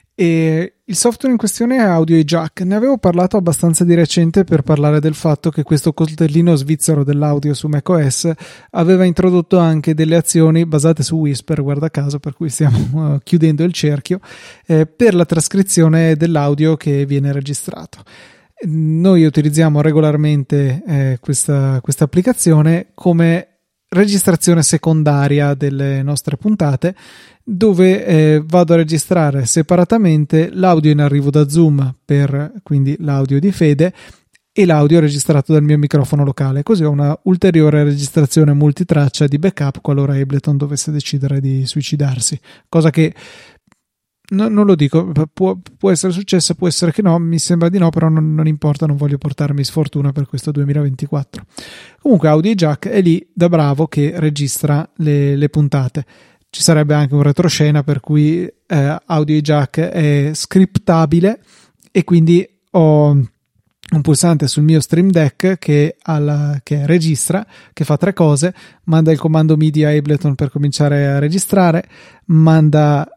E il software in questione è Audio Jack. Ne avevo parlato abbastanza di recente per parlare del fatto che questo coltellino svizzero dell'audio su macOS aveva introdotto anche delle azioni basate su Whisper, guarda caso, per cui stiamo chiudendo il cerchio, per la trascrizione dell'audio che viene registrato. Noi utilizziamo regolarmente questa applicazione come registrazione secondaria delle nostre puntate, dove vado a registrare separatamente l'audio in arrivo da Zoom, per quindi l'audio di Fede, e l'audio registrato dal mio microfono locale, così ho una ulteriore registrazione multitraccia di backup qualora Ableton dovesse decidere di suicidarsi, cosa che non lo dico, può essere successa, può essere che no, mi sembra di no, però non importa, non voglio portarmi sfortuna per questo 2024. Comunque Audio Jack è lì da bravo che registra le puntate. Ci sarebbe anche un retroscena per cui Audio Jack è scriptabile, e quindi ho un pulsante sul mio Stream Deck che registra, che fa tre cose: manda il comando MIDI a Ableton per cominciare a registrare, manda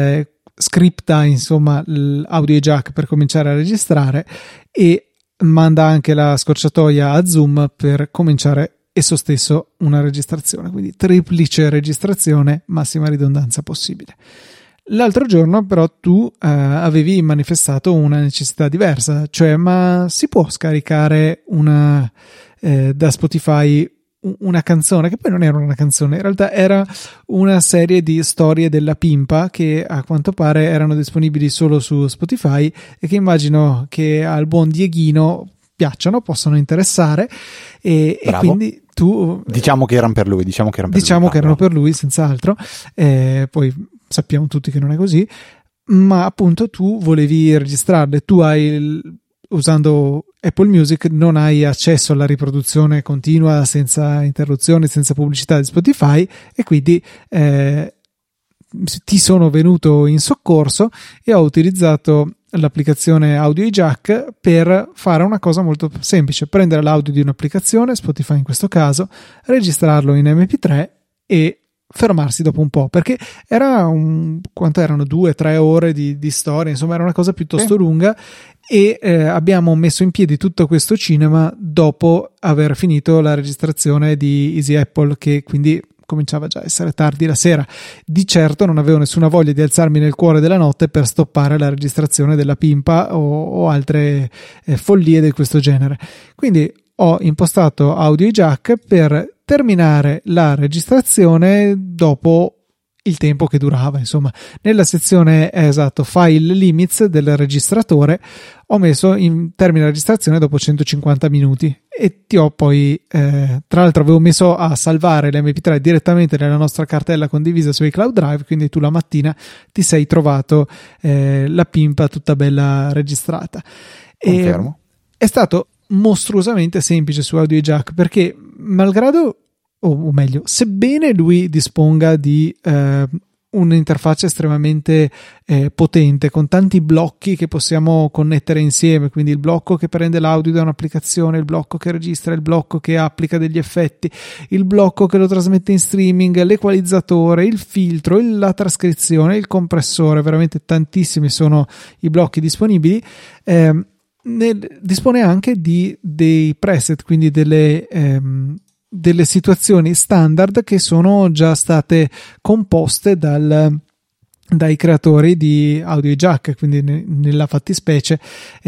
scripta insomma l'Audio Jack per cominciare a registrare, e manda anche la scorciatoia a Zoom per cominciare esso stesso una registrazione, quindi triplice registrazione, massima ridondanza possibile. L'altro giorno però tu avevi manifestato una necessità diversa, cioè ma si può scaricare da Spotify una canzone, che poi non era una canzone, in realtà era una serie di storie della Pimpa che a quanto pare erano disponibili solo su Spotify e che immagino che al buon Dieghino piacciono, possono interessare e quindi tu... Diciamo che erano per lui. Diciamo che erano per lui, senz'altro. Poi sappiamo tutti che non è così, ma appunto tu volevi registrarle, tu usando Apple Music non hai accesso alla riproduzione continua senza interruzioni, senza pubblicità di Spotify e quindi ti sono venuto in soccorso e ho utilizzato l'applicazione Audio Jack per fare una cosa molto semplice: prendere l'audio di un'applicazione, Spotify in questo caso, registrarlo in MP3 e fermarsi dopo un po', perché era quanto erano 2-3 ore di storia, insomma era una cosa piuttosto lunga e abbiamo messo in piedi tutto questo cinema dopo aver finito la registrazione di Easy Apple, che quindi cominciava già a essere tardi la sera. Di certo non avevo nessuna voglia di alzarmi nel cuore della notte per stoppare la registrazione della Pimpa o altre follie di questo genere, quindi ho impostato Audio Jack per terminare la registrazione dopo il tempo che durava. Insomma, nella sezione file limits del registratore ho messo in termine registrazione dopo 150 minuti e ti ho poi tra l'altro avevo messo a salvare l'MP3 direttamente nella nostra cartella condivisa su iCloud Drive, quindi tu la mattina ti sei trovato la Pimpa tutta bella registrata. Confermo. È stato mostruosamente semplice su Audio Jack, perché malgrado, o meglio, sebbene lui disponga di un'interfaccia estremamente potente con tanti blocchi che possiamo connettere insieme, quindi il blocco che prende l'audio da un'applicazione, il blocco che registra, il blocco che applica degli effetti, il blocco che lo trasmette in streaming, l'equalizzatore, il filtro, la trascrizione, il compressore, veramente tantissimi sono i blocchi disponibili. Dispone anche di dei preset, quindi delle situazioni standard che sono già state composte dai creatori di Audio Jack, quindi nella fattispecie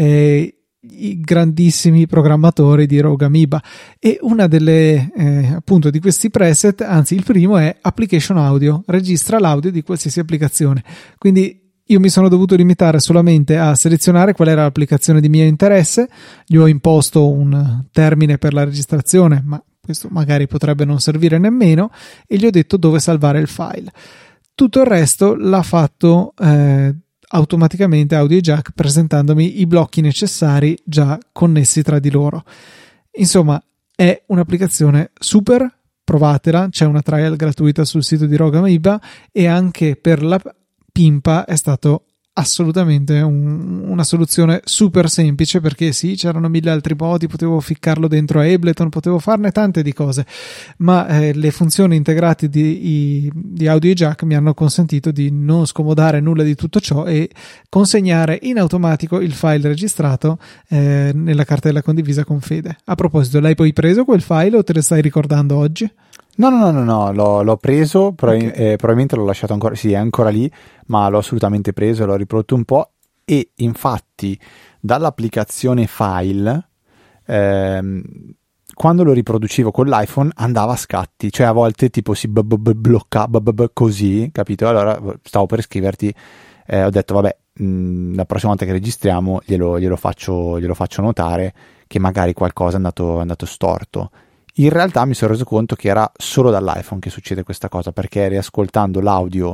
i grandissimi programmatori di Rogue Amoeba. E una delle appunto di questi preset, anzi il primo è Application Audio, registra l'audio di qualsiasi applicazione, quindi io mi sono dovuto limitare solamente a selezionare qual era l'applicazione di mio interesse, gli ho imposto un termine per la registrazione, ma questo magari potrebbe non servire nemmeno, e gli ho detto dove salvare il file. Tutto il resto l'ha fatto automaticamente Audio Jack, presentandomi i blocchi necessari già connessi tra di loro. Insomma, è un'applicazione super, provatela, c'è una trial gratuita sul sito di Rogue Amoeba e anche per la Pimpa è stato assolutamente una soluzione super semplice, perché sì, c'erano 1000 altri modi, potevo ficcarlo dentro a Ableton, potevo farne tante di cose, ma le funzioni integrate di Audio Jack mi hanno consentito di non scomodare nulla di tutto ciò e consegnare in automatico il file registrato nella cartella condivisa con Fede. A proposito, l'hai poi preso quel file o te lo stai ricordando oggi? No, l'ho preso, probabilmente l'ho lasciato ancora, sì, è ancora lì, ma l'ho assolutamente preso, l'ho riprodotto un po', e infatti dall'applicazione file, quando lo riproducevo con l'iPhone andava a scatti, cioè a volte tipo si bloccava così, capito? Allora stavo per scriverti, ho detto vabbè, la prossima volta che registriamo glielo faccio notare che magari qualcosa è andato storto. In realtà mi sono reso conto che era solo dall'iPhone che succede questa cosa, perché riascoltando l'audio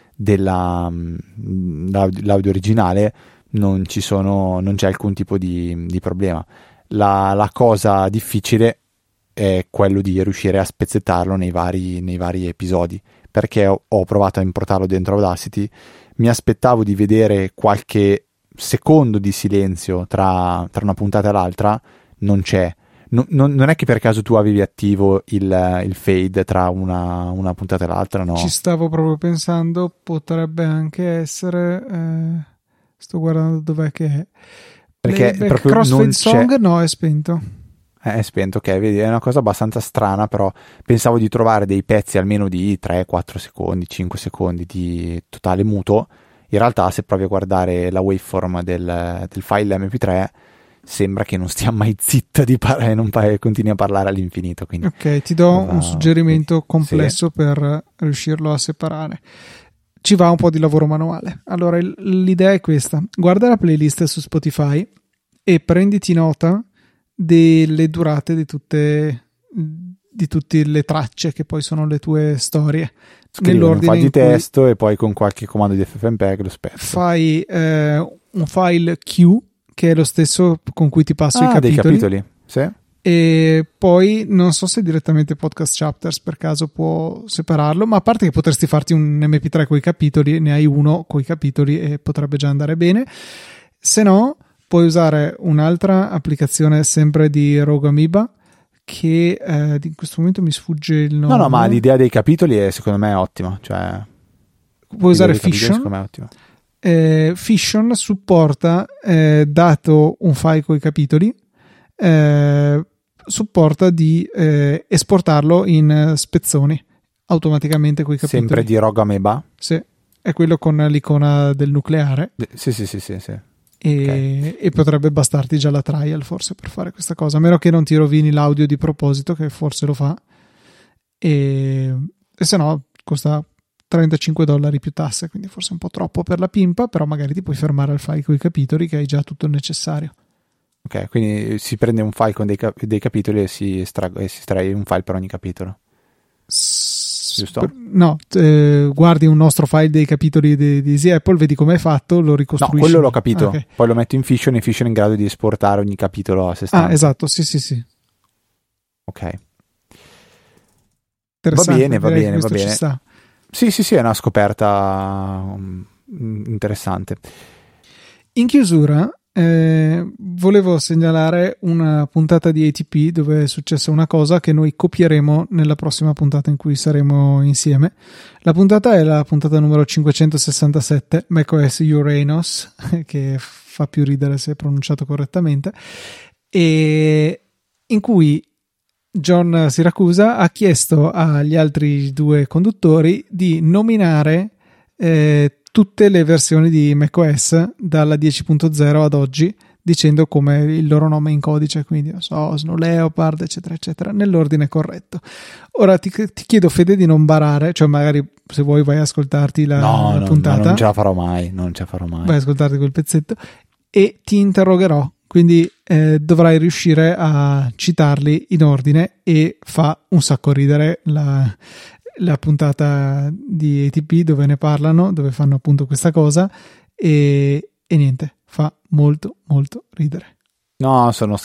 l'audio originale non c'è alcun tipo di problema. La cosa difficile è quello di riuscire a spezzettarlo nei vari episodi, perché ho provato a importarlo dentro Audacity, mi aspettavo di vedere qualche secondo di silenzio tra una puntata e l'altra, non c'è. Non è che per caso tu avevi attivo il fade tra una puntata e l'altra, no? Ci stavo proprio pensando, potrebbe anche essere, sto guardando dov'è che è, perché proprio Crossfade non Song c'è. no, è spento. È spento, ok, vedi, è una cosa abbastanza strana, però pensavo di trovare dei pezzi almeno di 3-4 secondi, 5 secondi di totale muto. In realtà se provi a guardare la waveform del file MP3 sembra che non stia mai zitta di continui a parlare all'infinito. Quindi ok, ti do un suggerimento complesso per riuscirlo a separare. Ci va un po' di lavoro manuale. Allora, l'idea è questa: guarda la playlist su Spotify e prenditi nota delle durate di tutte le tracce che poi sono le tue storie. Scrivi un file di testo e poi con qualche comando di FFmpeg lo spezzo. Fai un file Q, che è lo stesso con cui ti passo i capitoli. Dei capitoli, sì. E poi non so se direttamente Podcast Chapters per caso può separarlo, ma a parte che potresti farti un MP3 con i capitoli, ne hai uno con i capitoli e potrebbe già andare bene. Se no, puoi usare un'altra applicazione sempre di Rogue Amoeba, che in questo momento mi sfugge il nome. No, ma l'idea dei capitoli è secondo me ottima, cioè puoi usare Fission. Fission supporta, dato un file con i capitoli, supporta di esportarlo in spezzoni automaticamente con i capitoli. Sempre di Rogue Amoeba? Sì, è quello con l'icona del nucleare. Sì. E potrebbe bastarti già la trial forse per fare questa cosa, a meno che non ti rovini l'audio di proposito, che forse lo fa, e se no costa $35 più tasse, quindi forse un po' troppo per la pimpa, però magari ti puoi fermare al file con i capitoli che hai già tutto il necessario. Ok, quindi si prende un file con dei capitoli e si estrae un file per ogni capitolo. Giusto? No, guardi un nostro file dei capitoli di Easy Apple, vedi come è fatto, lo ricostruisci. No, quello l'ho capito. Okay. Poi lo metto in Fission e Fission è in grado di esportare ogni capitolo a sé stante. Esatto, sì. Ok. Va bene. Ci sta. Sì, è una scoperta interessante. In chiusura, volevo segnalare una puntata di ATP dove è successa una cosa che noi copieremo nella prossima puntata in cui saremo insieme. La puntata è la puntata numero 567, macOS Uranus, che fa più ridere se è pronunciato correttamente, e in cui John Siracusa ha chiesto agli altri due conduttori di nominare tutte le versioni di macOS dalla 10.0 ad oggi, dicendo come il loro nome in codice, quindi non so, Snow Leopard, eccetera eccetera, nell'ordine corretto. Ora ti chiedo, Fede, di non barare, cioè magari se vuoi vai a ascoltarti la puntata. No, non ce la farò mai. Vai a ascoltarti quel pezzetto e ti interrogherò, quindi dovrai riuscire a citarli in ordine, e fa un sacco ridere la puntata di ATP dove ne parlano, dove fanno appunto questa cosa, e niente, fa molto molto ridere. No, sono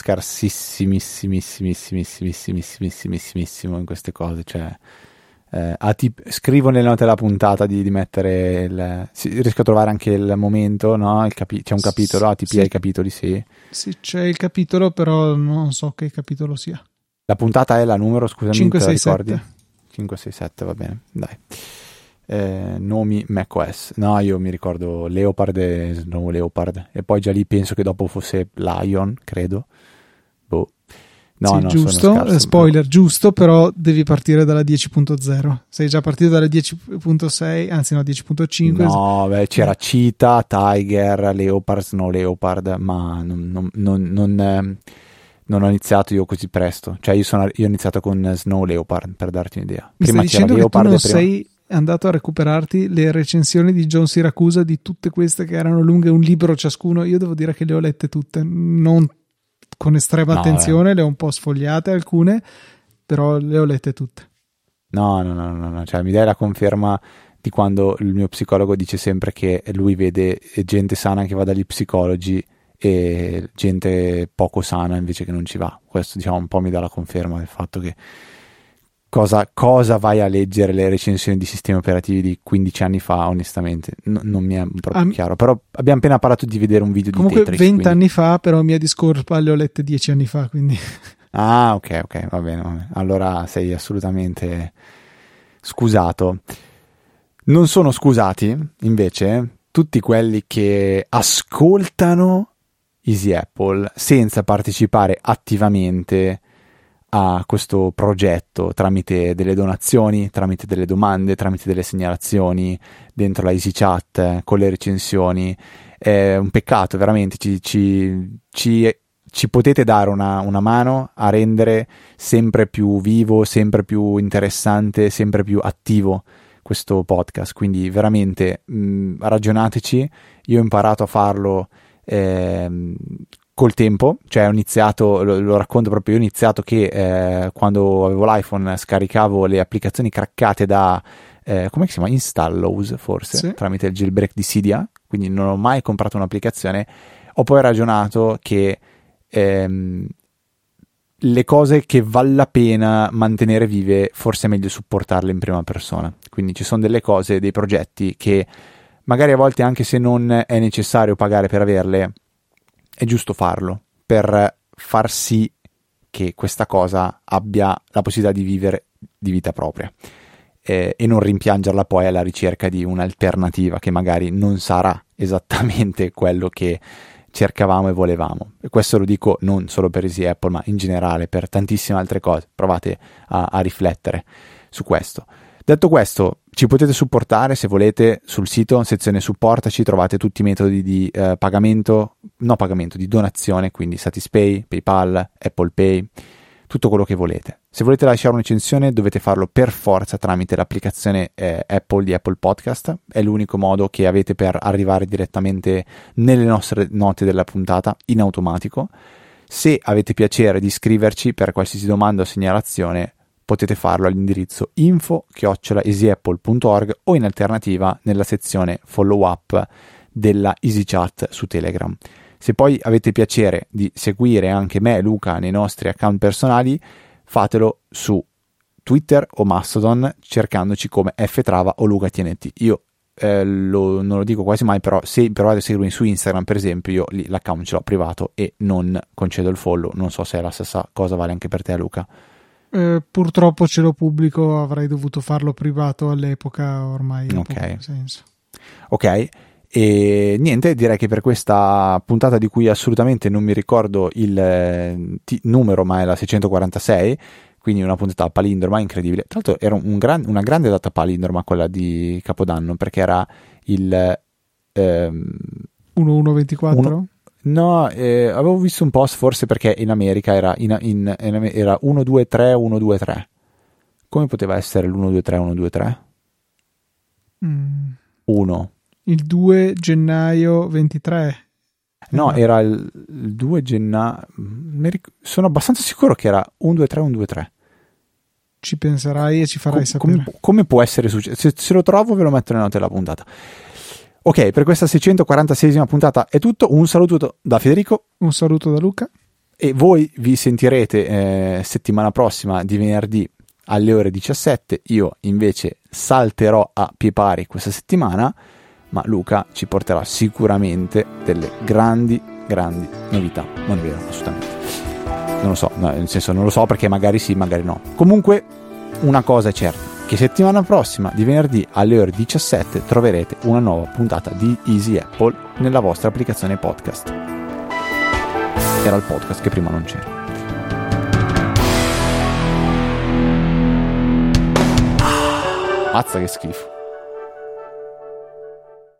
scarsissimissimissimo in queste cose, cioè scrivo nelle note della puntata di mettere riesco a trovare anche il momento, no? C'è un capitolo, ATP ai capitoli, sì, c'è il capitolo, però non so che capitolo sia. La puntata è la numero, scusami, 567. 567, va bene, dai. Nomi macOS. No, io mi ricordo Leopard e Snow Leopard, e poi già lì penso che dopo fosse Lion, credo. No, giusto, scarso, spoiler, giusto, però devi partire dalla 10.0. Sei già partito dalla 10.6, anzi no, 10.5. No, c'era Cheetah, Tiger, Leopard, Snow Leopard, ma non ho iniziato io così presto. Cioè io ho iniziato con Snow Leopard, per darti un'idea. Mi stai dicendo che tu non sei andato a recuperarti le recensioni di John Siracusa di tutte queste che erano lunghe un libro ciascuno? Io devo dire che le ho lette tutte, non con estrema attenzione, le ho un po' sfogliate alcune, però le ho lette tutte. No, cioè mi dai la conferma di quando il mio psicologo dice sempre che lui vede gente sana che va dagli psicologi e gente poco sana invece che non ci va. Questo, diciamo, un po' mi dà la conferma del fatto che cosa vai a leggere le recensioni di sistemi operativi di 15 anni fa, onestamente non mi è proprio chiaro. Però abbiamo appena parlato di vedere un video comunque di Tetris, 20 anni fa, però mia discolpa, le ho lette 10 anni fa, quindi ok, va bene. Allora sei assolutamente scusato. Non sono scusati invece tutti quelli che ascoltano Easy Apple senza partecipare attivamente a questo progetto tramite delle donazioni, tramite delle domande, tramite delle segnalazioni dentro la Easy Chat, con le recensioni. È un peccato, veramente, ci ci potete dare una mano a rendere sempre più vivo, sempre più interessante, sempre più attivo questo podcast. Quindi veramente ragionateci. Io ho imparato a farlo col tempo, cioè ho iniziato, lo racconto proprio, io ho iniziato che quando avevo l'iPhone scaricavo le applicazioni craccate da come si chiama? Installows forse, sì, tramite il jailbreak di Cydia, quindi non ho mai comprato un'applicazione. Ho poi ragionato che le cose che vale la pena mantenere vive forse è meglio supportarle in prima persona, quindi ci sono delle cose, dei progetti che magari a volte, anche se non è necessario pagare per averle, è giusto farlo per far sì che questa cosa abbia la possibilità di vivere di vita propria e non rimpiangerla poi alla ricerca di un'alternativa che magari non sarà esattamente quello che cercavamo e volevamo. E questo lo dico non solo per Easy Apple, ma in generale per tantissime altre cose. Provate a riflettere su questo. Detto questo, ci potete supportare se volete sul sito, sezione supportaci, trovate tutti i metodi di di donazione, quindi Satispay, PayPal, Apple Pay, tutto quello che volete. Se volete lasciare un'recensione dovete farlo per forza tramite l'applicazione Apple di Apple Podcast, è l'unico modo che avete per arrivare direttamente nelle nostre note della puntata in automatico. Se avete piacere di scriverci per qualsiasi domanda o segnalazione potete farlo all'indirizzo info@easyapple.org o in alternativa nella sezione follow up della EasyChat su Telegram. Se poi avete piacere di seguire anche me e Luca nei nostri account personali, fatelo su Twitter o Mastodon cercandoci come ftrava o LucaTNT. Io non lo dico quasi mai, però se provate a seguirmi su Instagram per esempio, io lì l'account ce l'ho privato e non concedo il follow. Non so se è la stessa cosa vale anche per te, Luca. Purtroppo ce lo pubblico, avrei dovuto farlo privato all'epoca, ormai ha poco senso. Ok, e niente, direi che per questa puntata, di cui assolutamente non mi ricordo il numero, ma è la 646, quindi una puntata palindroma incredibile. Tra l'altro era una grande data palindroma quella di Capodanno, perché era il 1124? No, avevo visto un post forse perché in America era 123 123. Come poteva essere l'123 123? 1. Il 2 gennaio 23. No, era il 2 gennaio. Sono abbastanza sicuro che era 123 123. Ci penserai e ci farai sapere. Come può essere successo? Se lo trovo ve lo metto nelle note della puntata. Ok, per questa 646esima puntata è tutto. Un saluto da Federico. Un saluto da Luca. E voi vi sentirete settimana prossima di venerdì alle ore 17. Io invece salterò a pie pari questa settimana, ma Luca ci porterà sicuramente delle grandi novità. Non è vero, assolutamente. Non lo so, no, nel senso non lo so, perché magari sì, magari no. Comunque una cosa è certa, che settimana prossima di venerdì alle ore 17 troverete una nuova puntata di Easy Apple nella vostra applicazione podcast. Era il podcast che prima non c'era. Mazza che schifo.